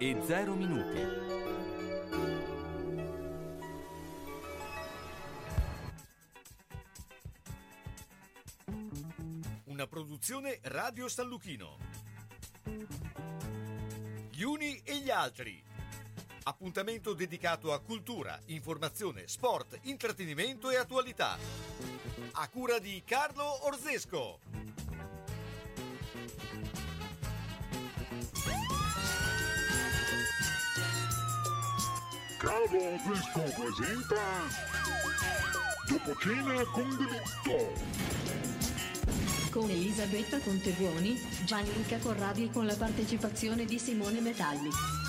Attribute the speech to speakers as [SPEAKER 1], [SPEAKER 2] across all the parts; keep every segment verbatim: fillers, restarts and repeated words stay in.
[SPEAKER 1] e zero minuti.
[SPEAKER 2] Una produzione Radio San Luchino. Gli uni e gli altri. Appuntamento dedicato a cultura, informazione, sport, intrattenimento e attualità. A cura di Carlo Orzesco.
[SPEAKER 3] Carlo Orzesco presenta Dopo cena con delitto,
[SPEAKER 4] con Elisabetta Contebuoni, Gianluca Corradi e con la partecipazione di Simone Metalli.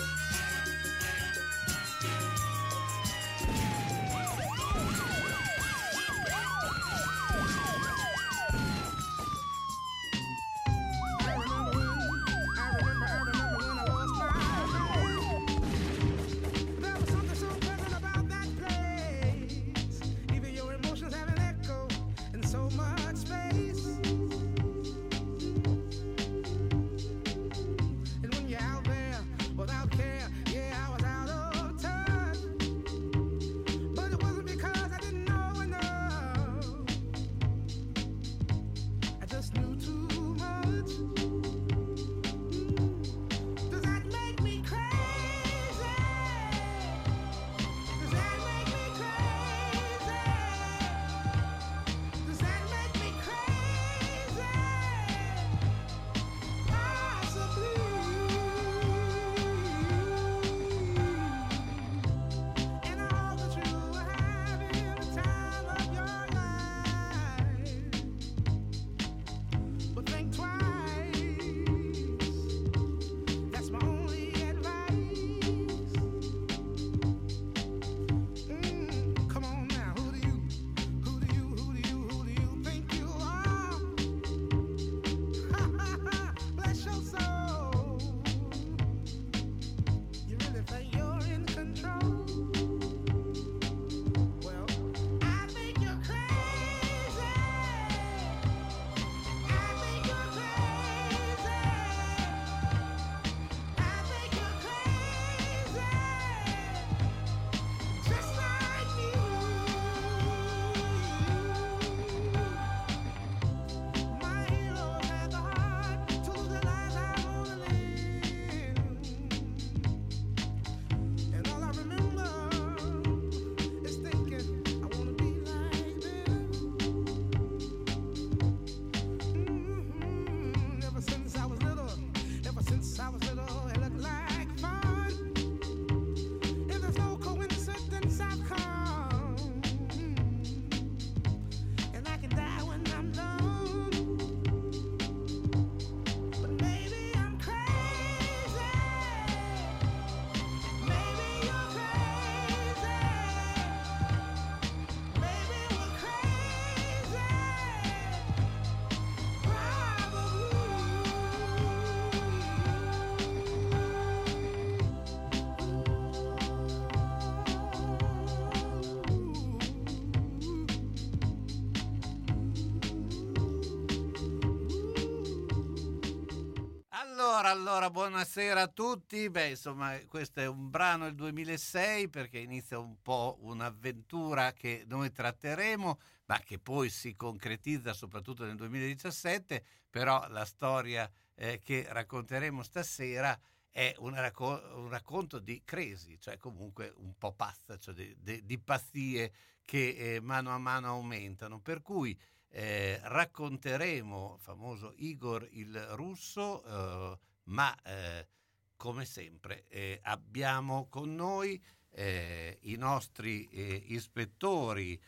[SPEAKER 5] Allora, allora, buonasera a tutti. Beh, insomma, questo è un brano del duemilasei perché inizia un po' un'avventura che noi tratteremo, ma che poi si concretizza soprattutto nel duemiladiciassette. Però la storia eh, che racconteremo stasera è una racco- un racconto di crisi, cioè comunque un po' pazza, cioè di, di, di pazzie che eh, mano a mano aumentano. Per cui Eh, racconteremo il famoso Igor il Russo, eh, ma eh, come sempre eh, abbiamo con noi eh, i nostri eh, ispettori,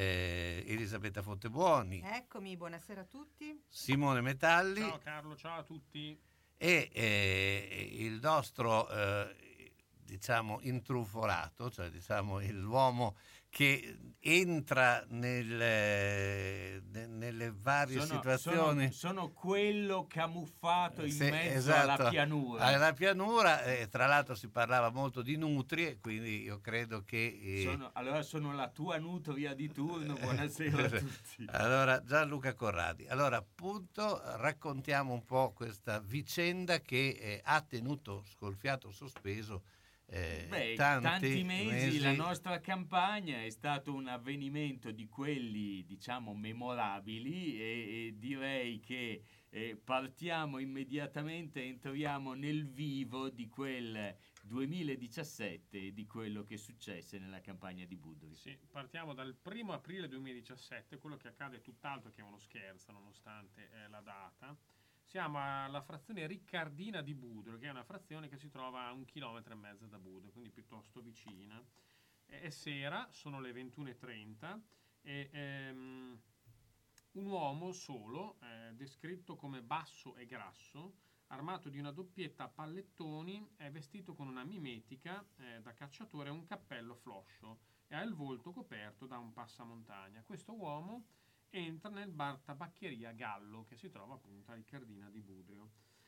[SPEAKER 5] eh, Elisabetta Fontebuoni.
[SPEAKER 6] Eccomi, buonasera a tutti.
[SPEAKER 5] Simone Metalli.
[SPEAKER 7] Ciao Carlo, ciao a tutti.
[SPEAKER 5] E eh, il nostro eh, diciamo intrufolato, cioè diciamo l'uomo che entra nelle, nelle varie
[SPEAKER 1] sono,
[SPEAKER 5] situazioni.
[SPEAKER 1] Sono, sono quello camuffato in
[SPEAKER 5] Sì,
[SPEAKER 1] mezzo
[SPEAKER 5] esatto,
[SPEAKER 1] alla pianura.
[SPEAKER 5] alla pianura, eh, tra l'altro si parlava molto di nutrie, quindi io credo che eh,
[SPEAKER 1] sono, allora sono la tua nutria di turno. Buonasera a tutti.
[SPEAKER 5] Allora, Gianluca Corradi, allora appunto raccontiamo un po' questa vicenda che eh, ha tenuto col fiato sospeso Eh,
[SPEAKER 1] Beh,
[SPEAKER 5] tanti,
[SPEAKER 1] tanti mesi,
[SPEAKER 5] mesi
[SPEAKER 1] la nostra campagna è stato un avvenimento di quelli, diciamo, memorabili, e, e direi che eh, partiamo immediatamente, entriamo nel vivo di quel duemiladiciassette e di quello che successe nella campagna di Budrio.
[SPEAKER 7] Sì, partiamo dal primo aprile duemiladiciassette, quello che accade è tutt'altro che uno scherzo, nonostante eh, la data. Siamo alla frazione Riccardina di Budrio, che è una frazione che si trova a un chilometro e mezzo da Budrio, quindi piuttosto vicina. È sera, sono le ventuno e trenta, e ehm, un uomo solo, eh, descritto come basso e grasso, armato di una doppietta a pallettoni, è vestito con una mimetica eh, da cacciatore e un cappello floscio, e ha il volto coperto da un passamontagna. Questo uomo entra nel bar tabaccheria Gallo, che si trova appunto a Riccardina di Budrio.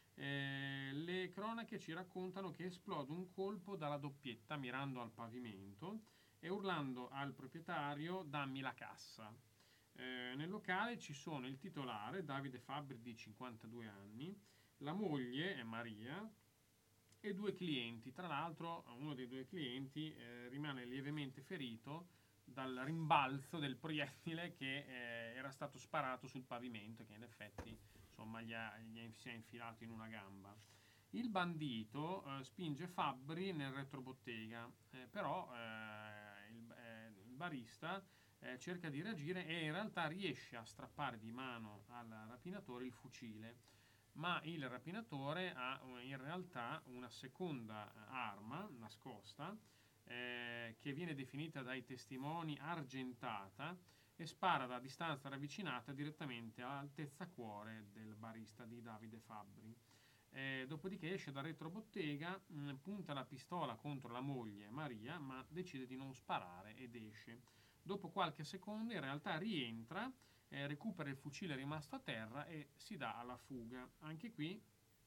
[SPEAKER 7] Eh, le cronache ci raccontano che esplode un colpo dalla doppietta mirando al pavimento e urlando al proprietario "dammi la cassa". Eh, nel locale ci sono il titolare, Davide Fabbri di cinquantadue anni, la moglie, Maria, e due clienti. Tra l'altro uno dei due clienti eh, rimane lievemente ferito dal rimbalzo del proiettile che eh, era stato sparato sul pavimento, che in effetti insomma gli, ha, gli è, si è infilato in una gamba. Il bandito eh, spinge Fabbri nel retrobottega, eh, però eh, il, eh, il barista eh, cerca di reagire e in realtà riesce a strappare di mano al rapinatore il fucile, ma il rapinatore ha in realtà una seconda arma nascosta, Eh, che viene definita dai testimoni argentata, e spara da distanza ravvicinata direttamente all'altezza cuore del barista di Davide Fabbri. Eh, dopodiché esce dal retrobottega, mh, punta la pistola contro la moglie Maria, ma decide di non sparare ed esce. Dopo qualche secondo in realtà rientra, eh, recupera il fucile rimasto a terra e si dà alla fuga. Anche qui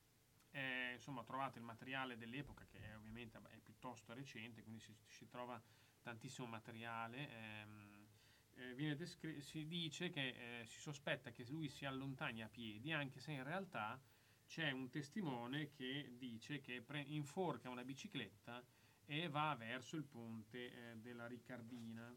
[SPEAKER 7] Eh, insomma, trovate il materiale dell'epoca, che è, ovviamente è piuttosto recente, quindi si, si trova tantissimo materiale. ehm, eh, viene descri- si dice che eh, si sospetta che lui si allontani a piedi, anche se in realtà c'è un testimone che dice che pre- inforca una bicicletta e va verso il ponte eh, della Riccardina.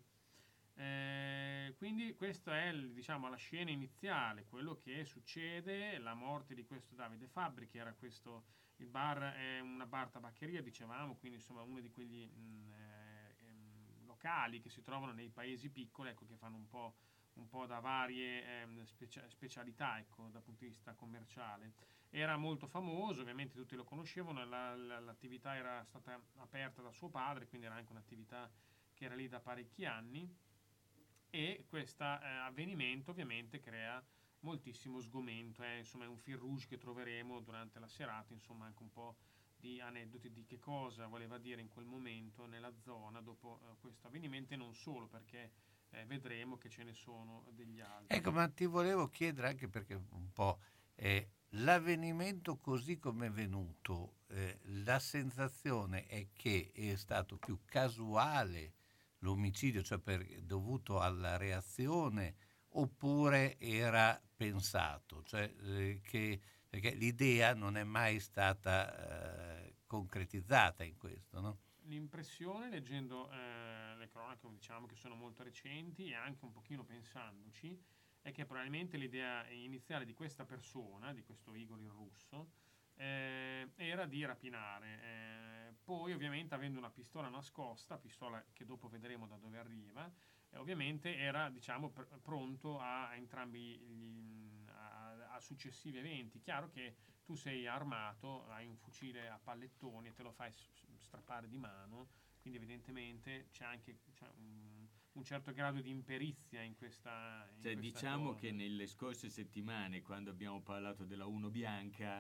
[SPEAKER 7] Eh, quindi questa è il, diciamo, la scena iniziale, quello che succede, la morte di questo Davide Fabbri, che era questo, il bar è una bar tabaccheria, dicevamo, quindi insomma uno di quegli mh, eh, ehm, locali che si trovano nei paesi piccoli, ecco, che fanno un po', un po' da varie ehm, specia- specialità, ecco, dal punto di vista commerciale. Era molto famoso, ovviamente tutti lo conoscevano, la, la, l'attività era stata aperta da suo padre, quindi era anche un'attività che era lì da parecchi anni. E questo eh, avvenimento ovviamente crea moltissimo sgomento, eh. Insomma è un fil rouge che troveremo durante la serata, insomma anche un po' di aneddoti di che cosa voleva dire in quel momento nella zona dopo eh, questo avvenimento, e non solo, perché eh, vedremo che ce ne sono degli altri.
[SPEAKER 5] Ecco, ma ti volevo chiedere anche perché un po' eh, l'avvenimento così come è venuto, eh, la sensazione è che è stato più casuale l'omicidio, cioè per, dovuto alla reazione, oppure era pensato, cioè eh, che, perché l'idea non è mai stata eh, concretizzata in questo, no?
[SPEAKER 7] L'impressione, leggendo eh, le cronache, diciamo che sono molto recenti, e anche un pochino pensandoci, è che probabilmente l'idea iniziale di questa persona, di questo Igor il russo, eh, era di rapinare. Eh, poi ovviamente, avendo una pistola nascosta, pistola che dopo vedremo da dove arriva, eh, ovviamente era, diciamo, pr- pronto a, a entrambi gli, a, a successivi eventi. Chiaro che tu sei armato, hai un fucile a pallettoni e te lo fai s- strappare di mano, quindi evidentemente c'è anche c'è un, un certo grado di imperizia in questa, in
[SPEAKER 1] Cioè,
[SPEAKER 7] questa
[SPEAKER 1] diciamo
[SPEAKER 7] cosa.
[SPEAKER 1] che nelle scorse settimane, quando abbiamo parlato della Uno Bianca,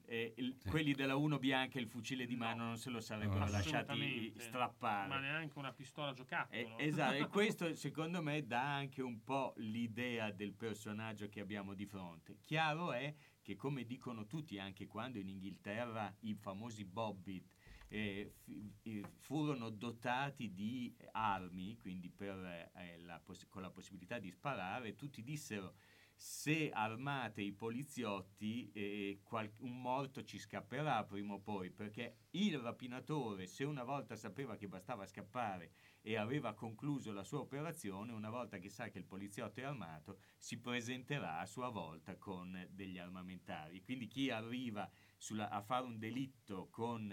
[SPEAKER 1] eh, il,
[SPEAKER 5] sì.
[SPEAKER 1] quelli della Uno Bianca il fucile di mano no. non se lo sarebbero
[SPEAKER 5] No,
[SPEAKER 1] lasciati strappare.
[SPEAKER 7] Ma neanche una pistola giocattolo.
[SPEAKER 1] Eh, esatto, e questo secondo me dà anche un po' l'idea del personaggio che abbiamo di fronte. Chiaro è che, come dicono tutti, anche quando in Inghilterra i famosi Bobbit eh, f- furono dotati di armi, quindi per, eh, la poss- con la possibilità di sparare, tutti dissero: se armate i poliziotti eh, qual- un morto ci scapperà prima o poi, perché il rapinatore, se una volta sapeva che bastava scappare e aveva concluso la sua operazione, una volta che sa che il poliziotto è armato, si presenterà a sua volta con degli armamentari. Quindi chi arriva sulla, a fare un delitto con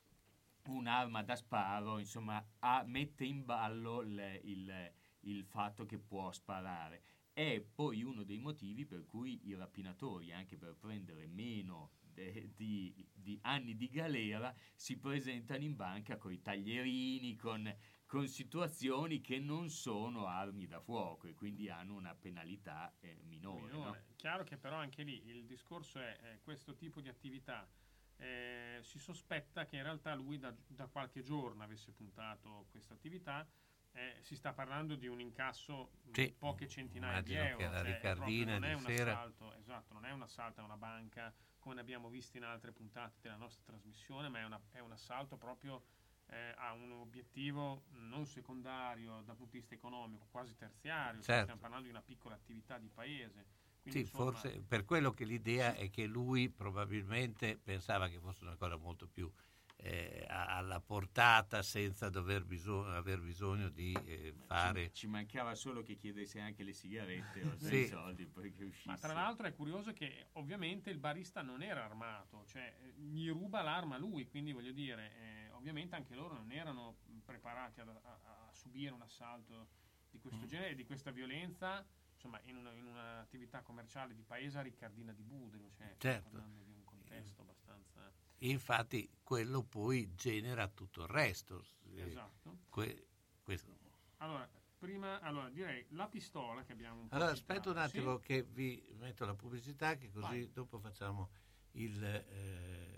[SPEAKER 1] un'arma da sparo, insomma, ha, mette in ballo il, il, il fatto che può sparare. È poi uno dei motivi per cui i rapinatori, anche per prendere meno de, di, di anni di galera, si presentano in banca con i taglierini, con, con situazioni che non sono armi da fuoco, e quindi hanno una penalità eh, minore. minore. No?
[SPEAKER 7] Chiaro che però anche lì il discorso è eh, questo tipo di attività. Eh, si sospetta che in realtà lui da, da qualche giorno avesse puntato questa attività. Eh, si sta parlando di un incasso
[SPEAKER 5] sì,
[SPEAKER 7] poche centinaia di
[SPEAKER 5] immagino
[SPEAKER 7] euro,
[SPEAKER 5] che la
[SPEAKER 7] cioè,
[SPEAKER 5] Ricardina
[SPEAKER 7] non è
[SPEAKER 5] di
[SPEAKER 7] un
[SPEAKER 5] sera
[SPEAKER 7] assalto, esatto, non è un assalto a una banca come ne abbiamo visto in altre puntate della nostra trasmissione, ma è, una, è un assalto proprio eh, a un obiettivo non secondario dal punto di vista economico, quasi terziario,
[SPEAKER 5] certo.
[SPEAKER 7] Stiamo parlando di una piccola attività di paese. Quindi,
[SPEAKER 5] sì,
[SPEAKER 7] insomma,
[SPEAKER 5] forse per quello che l'idea sì. è che lui probabilmente pensava che fosse una cosa molto più Eh, alla portata, senza dover bisogno, aver bisogno di eh, fare.
[SPEAKER 1] Ci, ci mancava solo che chiedesse anche le sigarette o
[SPEAKER 5] sì.
[SPEAKER 1] i soldi poi che uscisse.
[SPEAKER 7] Ma tra l'altro è curioso che ovviamente il barista non era armato, cioè gli ruba l'arma lui, quindi voglio dire, eh, ovviamente anche loro non erano preparati a, a, a subire un assalto di questo mm. genere, di questa violenza, insomma, in, una, in un'attività commerciale di paese a Ricardina di Budrio, cioè
[SPEAKER 5] certo.
[SPEAKER 7] parlando di un contesto abbastanza.
[SPEAKER 5] Infatti quello poi genera tutto il resto.
[SPEAKER 7] Esatto.
[SPEAKER 5] Que- questo.
[SPEAKER 7] Allora, prima, allora direi la pistola che abbiamo un po'.
[SPEAKER 5] Allora aspetta un attimo
[SPEAKER 7] sì?
[SPEAKER 5] che vi metto la pubblicità, che così
[SPEAKER 7] Vai.
[SPEAKER 5] dopo facciamo il eh...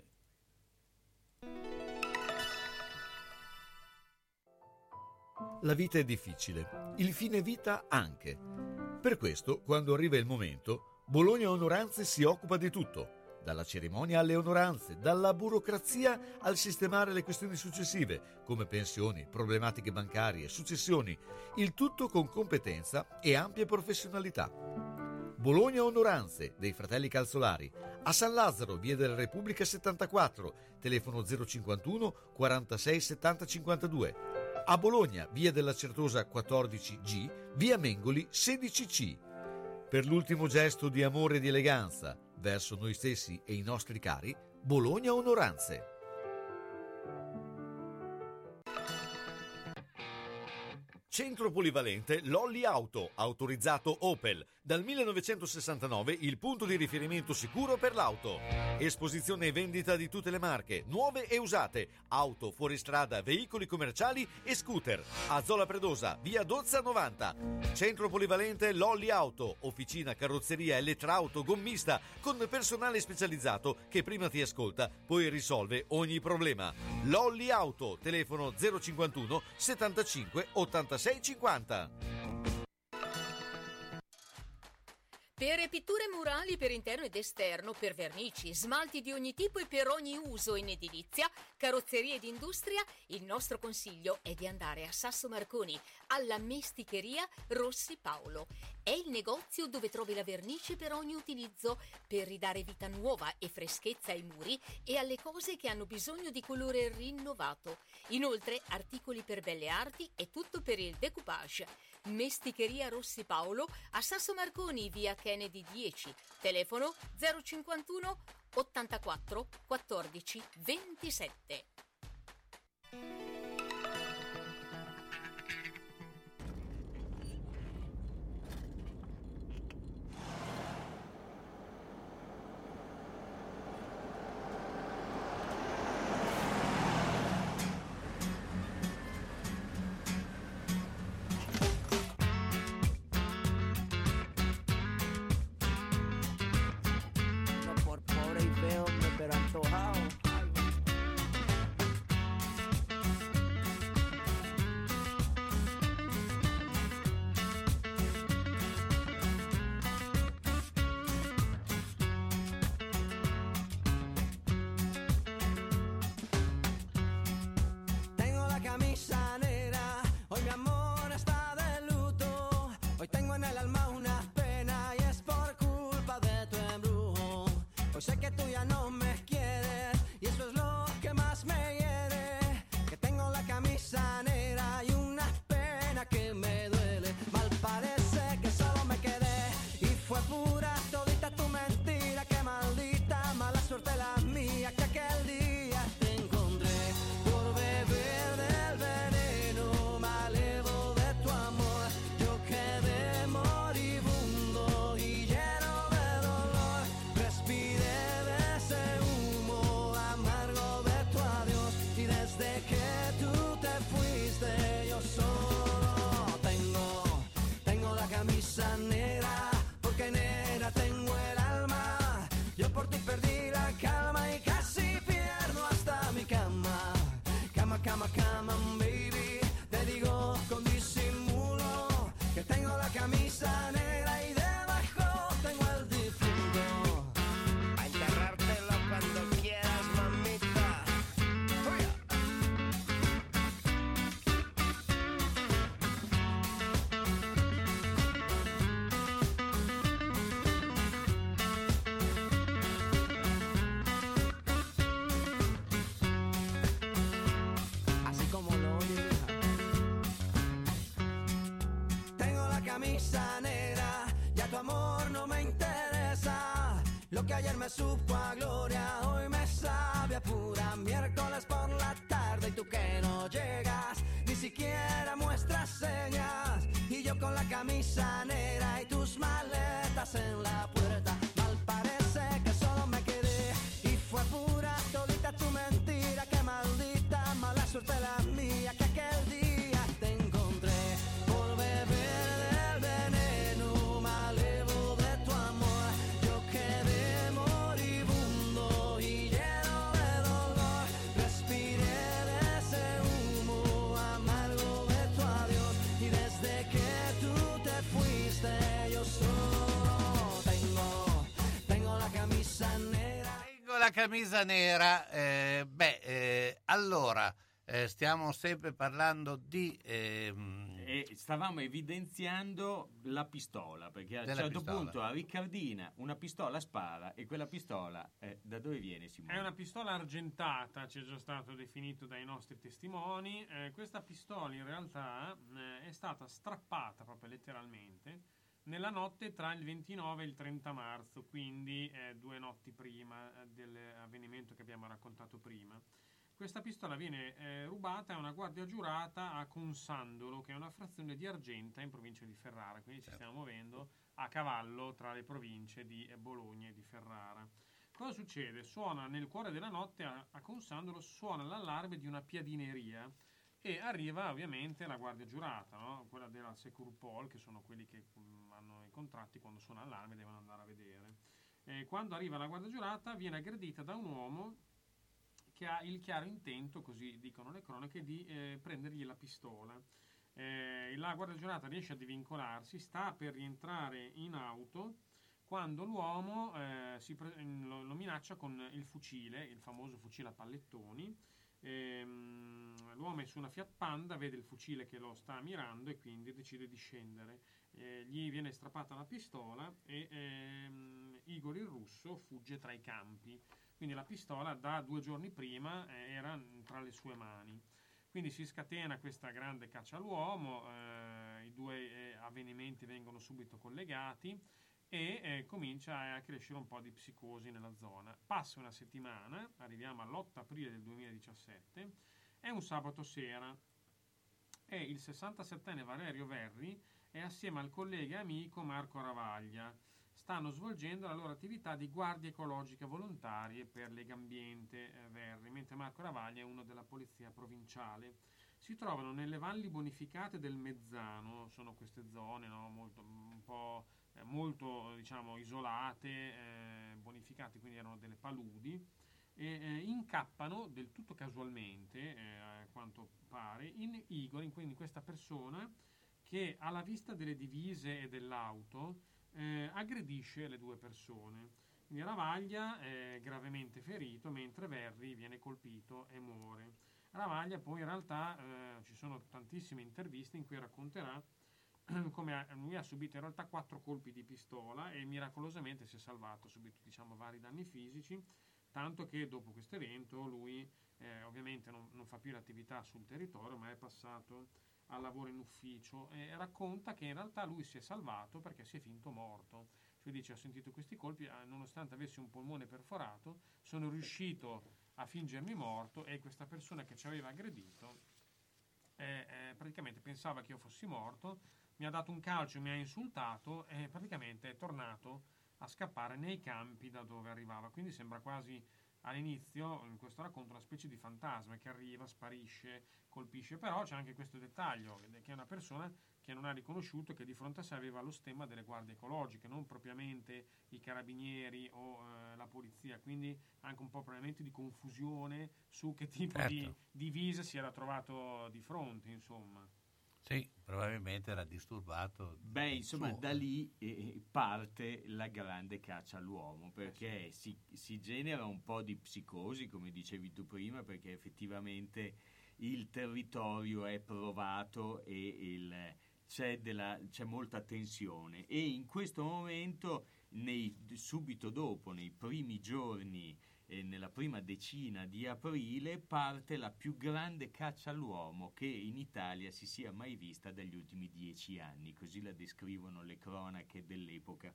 [SPEAKER 2] La vita è difficile, il fine vita anche. Per questo, quando arriva il momento, Bologna Onoranze si occupa di tutto. Dalla cerimonia alle onoranze, dalla burocrazia al sistemare le questioni successive, come pensioni, problematiche bancarie, successioni, il tutto con competenza e ampia professionalità. Bologna Onoranze, dei fratelli Calzolari, a San Lazzaro, via della Repubblica settantaquattro, telefono zero cinquantuno quarantasei settanta cinquantadue. A Bologna, via della Certosa quattordici G, via Mengoli sedici C. Per l'ultimo gesto di amore e di eleganza verso noi stessi e i nostri cari, Bologna Onoranze. Centro polivalente Lolli Auto, autorizzato Opel. Dal millenovecentosessantanove il punto di riferimento sicuro per l'auto. Esposizione e vendita di tutte le marche, nuove e usate, auto, fuoristrada, veicoli commerciali e scooter. A Zola Predosa, via Dozza novanta. Centro polivalente Lolli Auto, officina, carrozzeria, elettrauto, gommista, con personale specializzato che prima ti ascolta, poi risolve ogni problema. Lolli Auto, telefono zero cinquantuno settantacinque ottantasei cinquanta.
[SPEAKER 8] Per pitture murali per interno ed esterno, per vernici, smalti di ogni tipo e per ogni uso in edilizia, carrozzerie ed industria, il nostro consiglio è di andare a Sasso Marconi, alla Mesticheria Rossi Paolo. È il negozio dove trovi la vernice per ogni utilizzo, per ridare vita nuova e freschezza ai muri e alle cose che hanno bisogno di colore rinnovato. Inoltre, articoli per belle arti e tutto per il decoupage. Mesticheria Rossi Paolo a Sasso Marconi, via Kennedy dieci, telefono zero cinquantuno ottantaquattro quattordici ventisette.
[SPEAKER 9] Hoy mi amor está de luto, hoy tengo en el alma una pena y es por culpa de tu embrujo. Hoy sé que tú ya no me quieres y eso es lo que más me hiere, que tengo la camisa negra y una pena que me duele. Mal parece que solo me quedé y fue pura todita tu mentira, que maldita mala suerte la mía, que aquel día te encontré por beber del veneno malevo de tu amor. Yo quedé moribundo y lleno de dolor, respiré de ese humo amargo de tu adiós, y desde que tú te fuiste yo solo tengo, tengo la camisa negra, porque negra tengo el alma. Yo por ti perdí la calma y casi pierdo hasta mi cama. Cama, cama, cama, baby, te digo con disimulo que tengo la camisa negra y debajo tengo el difunto. A enterrártelo cuando quieras, mamita. Oye. Así como lo oyes, hija. Tengo la camisa negra, ya tu amor no me interesa. Lo que ayer me supo a gloria, hoy me sabe a pura miércoles por la tarde. Y tú que no llegas, ni siquiera muestras señas. Y yo con la camisa negra y tus maletas en la puerta. Mal parece que solo me quedé y fue pura todita tu mentira, que maldita mala suerte la mía, que aquel día te encontré por beber del veneno malevo de tu amor. Yo quedé moribundo y lleno de dolor, respiré de ese humo amargo de tu adiós, y desde que tú te fuiste yo solo tengo, tengo la camisa nera.
[SPEAKER 5] Tengo la camisa nera, eh, beh, eh, allora, eh, stiamo sempre parlando di... ehm,
[SPEAKER 1] E stavamo evidenziando la pistola, perché a un
[SPEAKER 5] Della
[SPEAKER 1] certo
[SPEAKER 5] pistola.
[SPEAKER 1] punto a Riccardina una pistola spara, e quella pistola eh, da dove viene, Simone?
[SPEAKER 7] È una pistola argentata, ci è già stato definito dai nostri testimoni. Eh, questa pistola in realtà eh, è stata strappata proprio letteralmente nella notte tra il ventinove e il trenta marzo, quindi eh, due notti prima eh, dell'avvenimento che abbiamo raccontato prima. Questa pistola viene eh, rubata a una guardia giurata a Consandolo, che è una frazione di Argenta in provincia di Ferrara, quindi ci stiamo muovendo a cavallo tra le province di eh, Bologna e di Ferrara. Cosa succede? Suona nel cuore della notte a, a Consandolo, suona l'allarme di una piadineria e arriva ovviamente la guardia giurata, no? Quella della Securpol, che sono quelli che mh, hanno i contratti, quando suona l'allarme devono andare a vedere. Eh, quando arriva la guardia giurata viene aggredita da un uomo che ha il chiaro intento, così dicono le cronache, di eh, prendergli la pistola. Eh, la guardia giurata riesce a divincolarsi, sta per rientrare in auto quando l'uomo eh, si pre- lo, lo minaccia con il fucile, il famoso fucile a pallettoni. Ehm, l'uomo è su una Fiat Panda, vede il fucile che lo sta mirando e quindi decide di scendere. Eh, gli viene strappata la pistola e ehm, Igor il russo fugge tra i campi. Quindi la pistola da due giorni prima eh, era tra le sue mani. Quindi si scatena questa grande caccia all'uomo, eh, i due eh, avvenimenti vengono subito collegati e eh, comincia a crescere un po' di psicosi nella zona. Passa una settimana, arriviamo all'otto aprile del duemiladiciassette, è un sabato sera e il sessantasettenne Valerio Verri è assieme al collega e amico Marco Ravaglia. Stanno svolgendo la loro attività di guardie ecologiche volontarie per Legambiente eh, Verri, mentre Marco Ravaglia è uno della polizia provinciale. Si trovano nelle valli bonificate del Mezzano, sono queste zone, no, molto, un po', eh, molto diciamo, isolate, eh, bonificate, quindi erano delle paludi, e eh, incappano del tutto casualmente, eh, a quanto pare, in Igor, in, in questa persona che alla vista delle divise e dell'auto Eh, aggredisce le due persone. Quindi Ravaglia è gravemente ferito, mentre Verri viene colpito e muore. Ravaglia poi in realtà eh, ci sono tantissime interviste in cui racconterà come ha, lui ha subito in realtà quattro colpi di pistola e miracolosamente si è salvato, ha subito diciamo vari danni fisici, tanto che dopo questo evento lui eh, ovviamente non, non fa più l'attività sul territorio, ma è passato al lavoro in ufficio e racconta che in realtà lui si è salvato perché si è finto morto. Cioè dice: ho sentito questi colpi, eh, nonostante avessi un polmone perforato, sono riuscito a fingermi morto, e questa persona che ci aveva aggredito eh, eh, praticamente pensava che io fossi morto, mi ha dato un calcio, mi ha insultato e praticamente è tornato a scappare nei campi da dove arrivava. Quindi sembra quasi all'inizio, in questo racconto, una specie di fantasma che arriva, sparisce, colpisce. Però c'è anche questo dettaglio, che è una persona che non ha riconosciuto che di fronte a sé aveva lo stemma delle guardie ecologiche, non propriamente i carabinieri o eh, la polizia, quindi anche un po' probabilmente di confusione su che tipo
[SPEAKER 5] certo.
[SPEAKER 7] di divisa si era trovato di fronte, insomma.
[SPEAKER 5] Sì, probabilmente era disturbato.
[SPEAKER 1] Beh, insomma,
[SPEAKER 5] suo.
[SPEAKER 1] da lì eh, parte la grande caccia all'uomo, perché
[SPEAKER 7] Eh
[SPEAKER 1] si, si genera un po' di psicosi, come dicevi tu prima, perché effettivamente il territorio è provato e il, c'è, della, c'è molta tensione, e in questo momento, nei, subito dopo, nei primi giorni, e nella prima decina di aprile, parte la più grande caccia all'uomo che in Italia si sia mai vista dagli ultimi dieci anni, così la descrivono le cronache dell'epoca.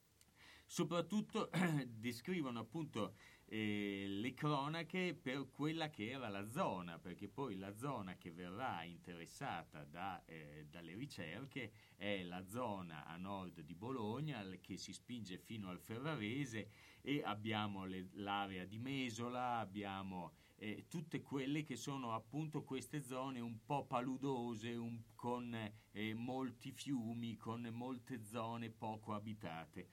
[SPEAKER 1] Soprattutto descrivono appunto eh, le cronache per quella che era la zona, perché poi la zona che verrà interessata da, eh, dalle ricerche è la zona a nord di Bologna, che si spinge fino al Ferrarese, e abbiamo le, l'area di Mesola, abbiamo eh, tutte quelle che sono appunto queste zone un po' paludose, un, con eh, molti fiumi, con molte zone poco abitate.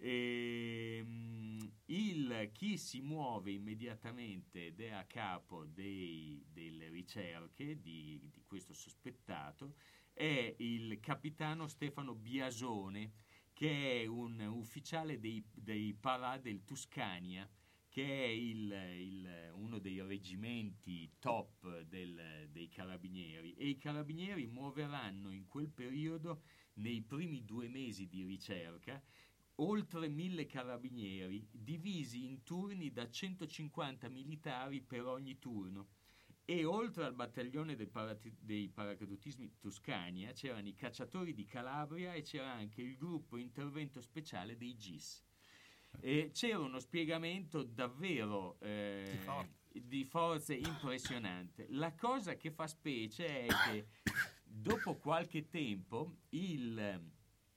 [SPEAKER 1] E, um, il, chi si muove immediatamente ed è a capo dei, delle ricerche di, di questo sospettato è il capitano Stefano Biasone, che è un ufficiale dei, dei Parà del Tuscania, che è il, il, uno dei reggimenti top del, dei carabinieri, e i carabinieri muoveranno in quel periodo, nei primi due mesi di ricerca, oltre mille carabinieri divisi in turni da centocinquanta militari per ogni turno. E oltre al battaglione del parati- dei paracadutismi Tuscania c'erano i cacciatori di Calabria e c'era anche il gruppo intervento speciale dei G I S. E c'era uno spiegamento davvero eh,
[SPEAKER 5] di, forza.
[SPEAKER 1] di forze impressionante. La cosa che fa specie è che dopo qualche tempo il...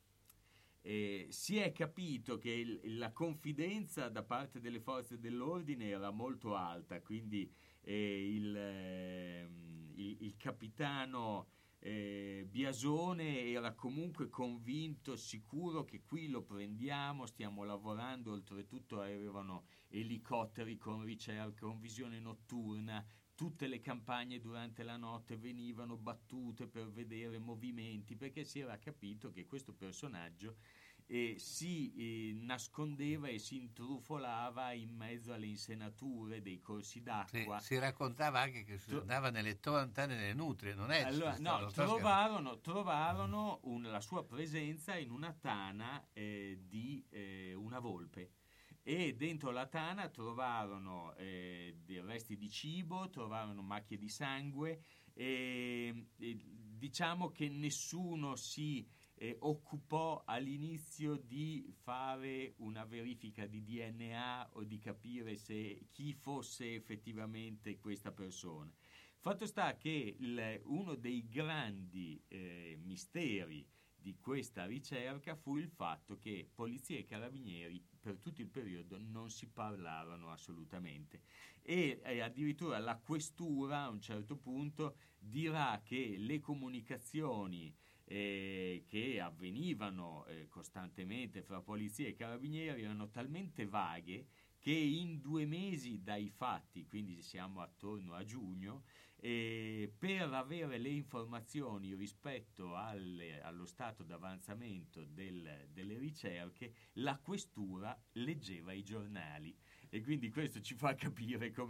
[SPEAKER 1] Eh, si è capito che il, la confidenza da parte delle forze dell'ordine era molto alta, quindi eh, il, eh, il, il capitano eh, Biasone era comunque convinto, sicuro che qui lo prendiamo, stiamo lavorando, oltretutto avevano elicotteri con ricerca, con visione notturna, tutte le campagne durante la notte venivano battute per vedere movimenti, perché si era capito che questo personaggio eh, si eh, nascondeva e si intrufolava in mezzo alle insenature dei corsi d'acqua.
[SPEAKER 5] Sì, si raccontava anche che si andava nelle tantane delle nutrie, non è?
[SPEAKER 1] Allora, no, trovarono, trovarono un, la sua presenza in una tana eh, di eh, una volpe. E dentro la tana trovarono eh, dei resti di cibo, trovarono macchie di sangue, e, e diciamo che nessuno si eh, occupò all'inizio di fare una verifica di D N A o di capire se chi fosse effettivamente questa persona. Fatto sta che il, uno dei grandi eh, misteri di questa ricerca fu il fatto che polizia e carabinieri per tutto il periodo non si parlarono assolutamente, e, e addirittura la questura a un certo punto dirà che le comunicazioni eh, che avvenivano eh, costantemente fra polizia e carabinieri erano talmente vaghe che in due mesi dai fatti, quindi siamo attorno a giugno, e per avere le informazioni rispetto alle, allo stato d'avanzamento del, delle ricerche, la questura leggeva i giornali, e quindi questo ci fa capire come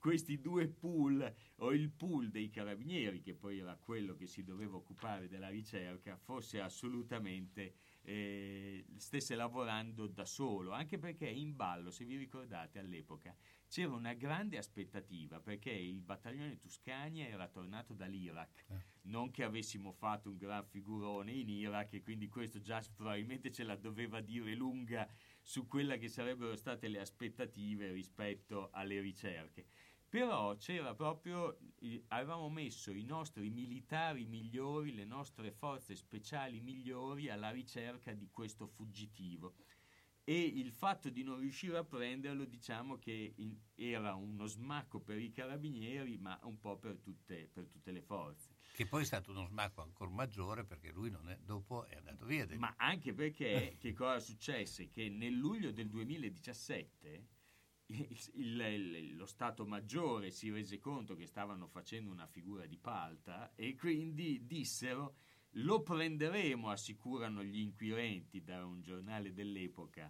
[SPEAKER 1] questi due pool, o il pool dei carabinieri, che poi era quello che si doveva occupare della ricerca, fosse assolutamente eh, stesse lavorando da solo, anche perché in ballo, se vi ricordate, all'epoca c'era una grande aspettativa, perché il battaglione Tuscania era tornato dall'Iraq, eh. non che avessimo fatto un gran figurone in Iraq, e quindi questo già probabilmente ce la doveva dire lunga su quella che sarebbero state le aspettative rispetto alle ricerche. Però c'era proprio, avevamo messo i nostri militari migliori, le nostre forze speciali migliori alla ricerca di questo fuggitivo, e il fatto di non riuscire a prenderlo, diciamo che in, era uno smacco per i carabinieri, ma un po' per tutte, per tutte le forze.
[SPEAKER 5] Che poi è stato uno smacco ancora maggiore, perché lui non è, dopo è andato via. Del...
[SPEAKER 1] Ma anche perché che cosa successe? Che nel luglio del duemiladiciassette il, il, lo Stato Maggiore si rese conto che stavano facendo una figura di palta, e quindi dissero: lo prenderemo, assicurano gli inquirenti da un giornale dell'epoca,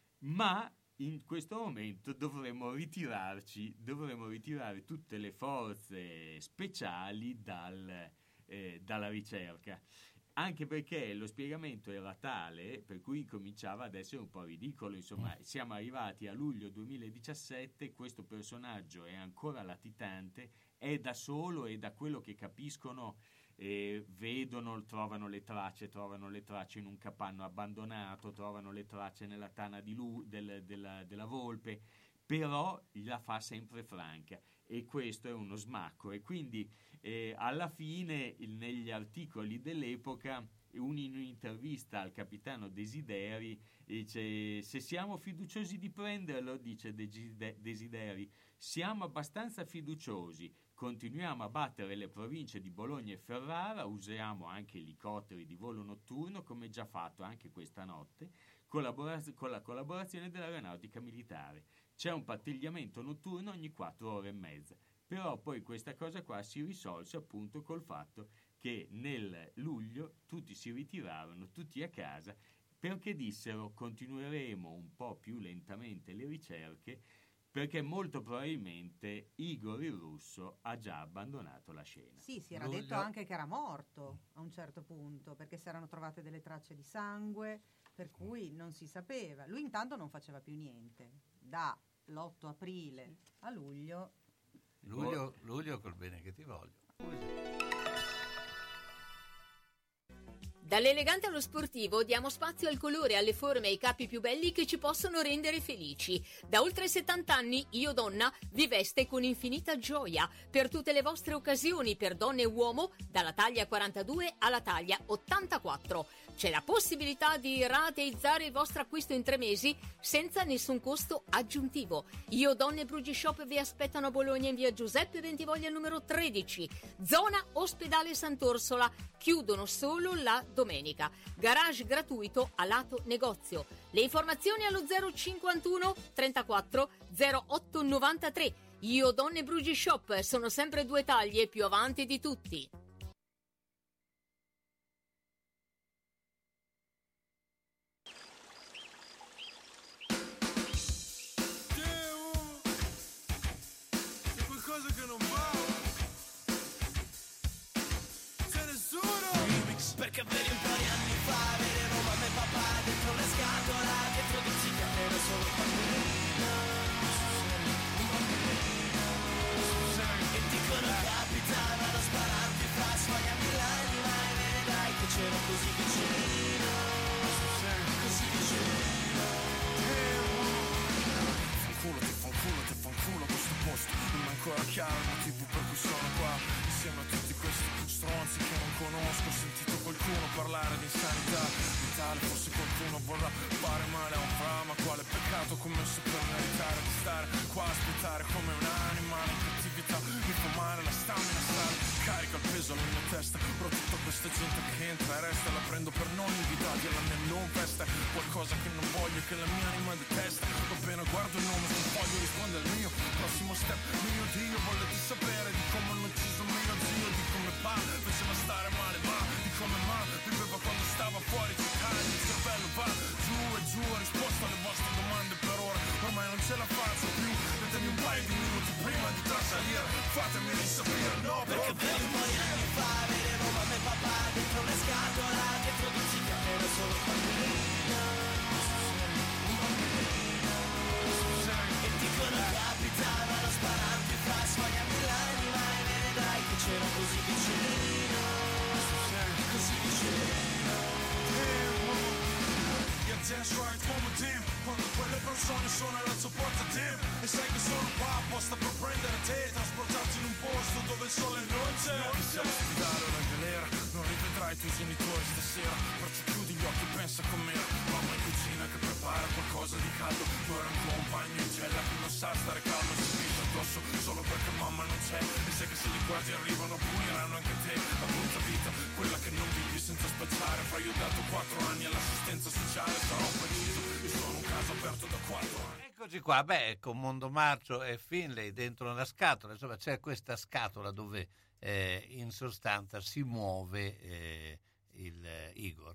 [SPEAKER 1] ma in questo momento dovremo ritirarci, dovremo ritirare tutte le forze speciali dal, eh, dalla ricerca. Anche perché lo spiegamento era tale per cui cominciava ad essere un po' ridicolo. Insomma, siamo arrivati a luglio duemiladiciassette, questo personaggio è ancora latitante, è da solo, e da quello che capiscono eh, vedono, trovano le tracce, trovano le tracce in un capanno abbandonato, trovano le tracce nella tana di lu- del, della, della volpe, però la fa sempre franca, e questo è uno smacco. E quindi eh, alla fine il, negli articoli dell'epoca, un, in un'intervista al capitano Desideri dice: se siamo fiduciosi di prenderlo, dice Desideri, siamo abbastanza fiduciosi, continuiamo a battere le province di Bologna e Ferrara, usiamo anche elicotteri di volo notturno, come già fatto anche questa notte, collabora- con la collaborazione dell'aeronautica militare. C'è un pattugliamento notturno ogni quattro ore e mezza. Però poi questa cosa qua si risolse appunto col fatto che nel luglio tutti si ritirarono, tutti a casa, perché dissero: continueremo un po' più lentamente le ricerche, perché molto probabilmente Igor il russo ha già abbandonato la scena.
[SPEAKER 6] Sì, si era
[SPEAKER 5] Luglio...
[SPEAKER 6] detto anche che era morto a un certo punto, perché si erano trovate delle tracce di sangue, per cui non si sapeva. Lui intanto non faceva più niente. Dall'otto aprile a luglio...
[SPEAKER 5] Luglio, luglio col bene che ti voglio.
[SPEAKER 8] Dall'elegante allo sportivo diamo spazio al colore, alle forme e ai capi più belli che ci possono rendere felici. Da oltre settanta anni Io Donna vi veste con infinita gioia per tutte le vostre occasioni, per donne e uomo, dalla taglia quarantadue alla taglia ottantaquattro. C'è la possibilità di rateizzare il vostro acquisto in tre mesi senza nessun costo aggiuntivo. Io Donne Brugi Shop vi aspettano a Bologna in via Giuseppe Bentivoglia numero tredici, zona Ospedale Sant'Orsola. Chiudono solo la domenica. Garage gratuito a lato negozio. Le informazioni allo zero cinquantuno trentaquattro zero otto novantatré. Io Donne Brugi Shop, sono sempre due taglie più avanti di tutti.
[SPEAKER 9] C'è qualcosa che non va? C'è nessuno? Perché vedi un po' di anni fa vedevo mamma e papà dentro le scatole, dentro di zicca ero solo un bambino, un bambino, e dicono capitava da spararti fra sfoglia milani, ma vedrai che c'ero così vicino, così vicino. Fanculo, ti fanculo, ti fanculo questo posto, non è ancora chiaro il motivo per cui sono qua, insieme a tutti questi stronzi che non conosco. Ho sentito qualcuno parlare di insanità mentale, forse qualcuno vorrà fare male a un fra, ma quale peccato commesso per meritare di stare qua a aspettare come un animale in cattività. Mi fa male la stamina, stare carico il peso alla mia testa, però tutta questa gente che entra e resta la prendo per non invitati alla mia non festa, qualcosa che non voglio, che la mia anima detesta. Appena guardo il nome sul foglio risponde al mio prossimo step, mio Dio, volete sapere di come hanno ucciso mio zio, di come pa faceva stare male, ma di come ma viveva quando stava fuori giocare, il mio cervello va giù e giù, ho risposto alle vostre domande per ora, ormai non ce la faccio più, datemi un paio di minuti prima di trasferire
[SPEAKER 10] vero, fatemi sapere no, perché vedi un po' di anni fa vedevo mamma e papà dentro una scatola, dietro di zicca era solo un bambino, un bambino, e dicono capitavano sparanti fra sbagliami l'anima e vedrai che c'era così vicino, così vicino. That's right, come team. Quelle persone sono al supporto team. E sai che sono qua apposta per prendere te, trasportarti in un posto dove il sole non c'è. Noi siamo sfidare una galera, non rivedrai i tuoi genitori stasera. Perciò chiudi gli occhi e pensa com'era mamma in cucina che prepara qualcosa di caldo. Tu eri un compagno in cella che non sa stare calmo, si piscia addosso solo perché mamma non c'è. E sai che se li guardi arrivano puniranno anche te. La brutta vita, quella che non vivi senza spacciare. Fra io ho dato quattro anni all'assistenza sociale, sarò preciso, io sono un caso aperto da quattro anni.
[SPEAKER 5] Eccoci qua, beh, con Mondo Marcio e Finlay dentro una scatola, insomma c'è questa scatola dove eh, in sostanza si muove eh, il eh, Igor.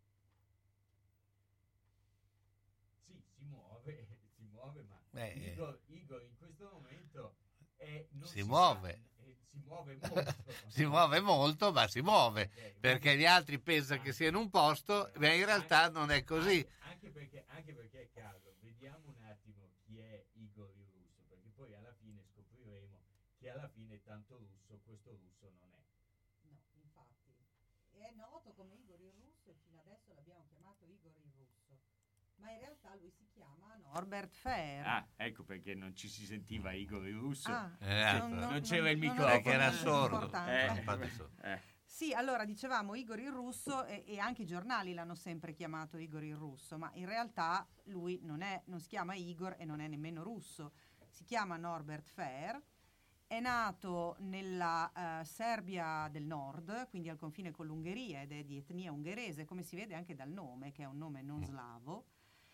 [SPEAKER 1] Sì, si muove, si muove, ma
[SPEAKER 5] Beh,
[SPEAKER 1] Igor, Igor in questo momento è, non
[SPEAKER 5] si muove.
[SPEAKER 1] Sa, eh, si muove molto.
[SPEAKER 5] Si muove molto, ma si muove,
[SPEAKER 1] Okay,
[SPEAKER 5] perché gli altri pensano che sia in un posto, ma in realtà non è così.
[SPEAKER 1] Anche perché, anche perché Carlo, vediamo un attimo chi è Igor il russo, perché poi alla fine scopriremo che alla fine tanto russo questo russo non è.
[SPEAKER 6] No, infatti è noto come Igor il russo e fino adesso l'abbiamo chiamato Igor il russo, ma in realtà lui si chiama Norbert Fair.
[SPEAKER 1] Ah, ecco perché non ci si sentiva Igor il russo.
[SPEAKER 6] Ah,
[SPEAKER 5] Eh,
[SPEAKER 6] non,
[SPEAKER 1] non
[SPEAKER 6] non-
[SPEAKER 1] c'era il
[SPEAKER 6] non-
[SPEAKER 1] microfono.
[SPEAKER 5] Perché era
[SPEAKER 6] non-
[SPEAKER 5] sordo.
[SPEAKER 6] importante.
[SPEAKER 1] Eh,
[SPEAKER 5] Infatti sordo.
[SPEAKER 1] eh.
[SPEAKER 6] Sì, allora dicevamo Igor il russo e, e anche i giornali l'hanno sempre chiamato Igor il russo, ma in realtà lui non, è, non si chiama Igor e non è nemmeno russo, si chiama Norbert Fair, è nato nella eh, Serbia del Nord, quindi al confine con l'Ungheria ed è di etnia ungherese, come si vede anche dal nome, che è un nome non slavo.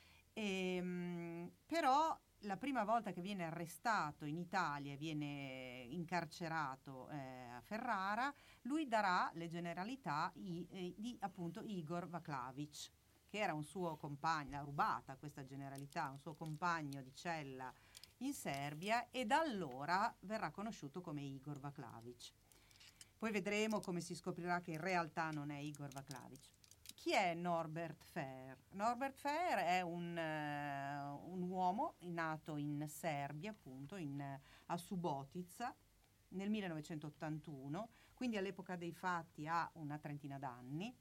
[SPEAKER 6] Ehm, però la prima volta che viene arrestato in Italia e viene incarcerato eh, a Ferrara, lui darà le generalità i- eh, di appunto Igor Vaklavic, che era un suo compagno, l'ha rubata questa generalità, un suo compagno di cella in Serbia, e da allora verrà conosciuto come Igor Vaklavic. Poi vedremo come si scoprirà che in realtà non è Igor Vaklavic. Chi è Norbert Fair? Norbert Fair è un, eh, un uomo nato in Serbia, appunto, in, a Subotica, nel millenovecentottantuno, quindi all'epoca dei fatti ha una trentina d'anni,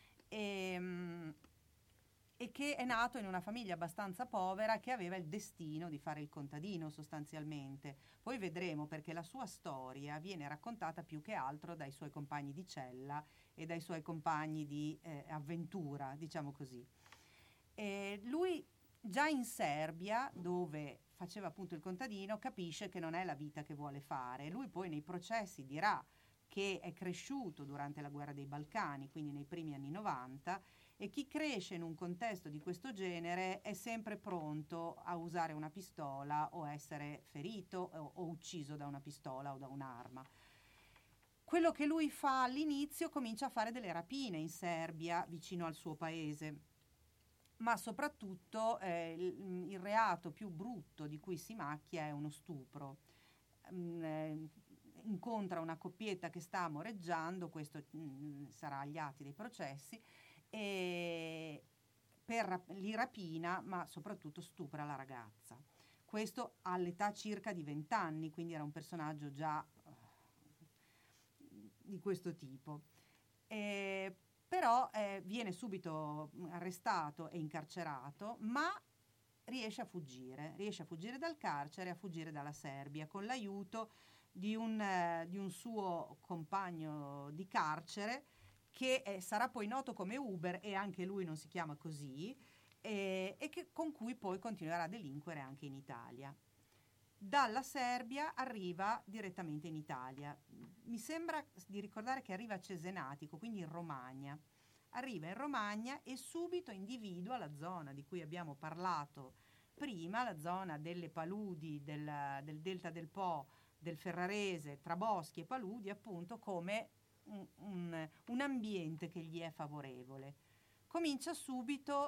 [SPEAKER 6] e, e che è nato in una famiglia abbastanza povera che aveva il destino di fare il contadino sostanzialmente. Poi vedremo perché la sua storia viene raccontata più che altro dai suoi compagni di cella e dai suoi compagni di eh, avventura, diciamo così. E lui già in Serbia, dove faceva appunto il contadino, capisce che non è la vita che vuole fare. Lui poi nei processi dirà che è cresciuto durante la guerra dei Balcani, quindi nei primi anni novanta, e chi cresce in un contesto di questo genere è sempre pronto a usare una pistola o essere ferito o, o ucciso da una pistola o da un'arma. Quello che lui fa all'inizio, comincia a fare delle rapine in Serbia vicino al suo paese, ma soprattutto eh, il, il reato più brutto di cui si macchia è uno stupro. Mm, eh, incontra una coppietta che sta amoreggiando, questo mm, sarà agli atti dei processi, e per, li rapina, ma soprattutto stupra la ragazza. Questo all'età circa di vent'anni, quindi era un personaggio già di questo tipo. Eh, però eh, viene subito arrestato e incarcerato, ma riesce a fuggire, riesce a fuggire dal carcere, a fuggire dalla Serbia, con l'aiuto di un, eh, di un suo compagno di carcere, che eh, sarà poi noto come Uber, e anche lui non si chiama così, eh, e che, con cui poi continuerà a delinquere anche in Italia. Dalla Serbia arriva direttamente in Italia. Mi sembra di ricordare che arriva a Cesenatico, quindi in Romagna. Arriva in Romagna e subito individua la zona di cui abbiamo parlato prima, la zona delle paludi, del, del Delta del Po, del Ferrarese, tra boschi e paludi, appunto, come un, un, un ambiente che gli è favorevole. Comincia subito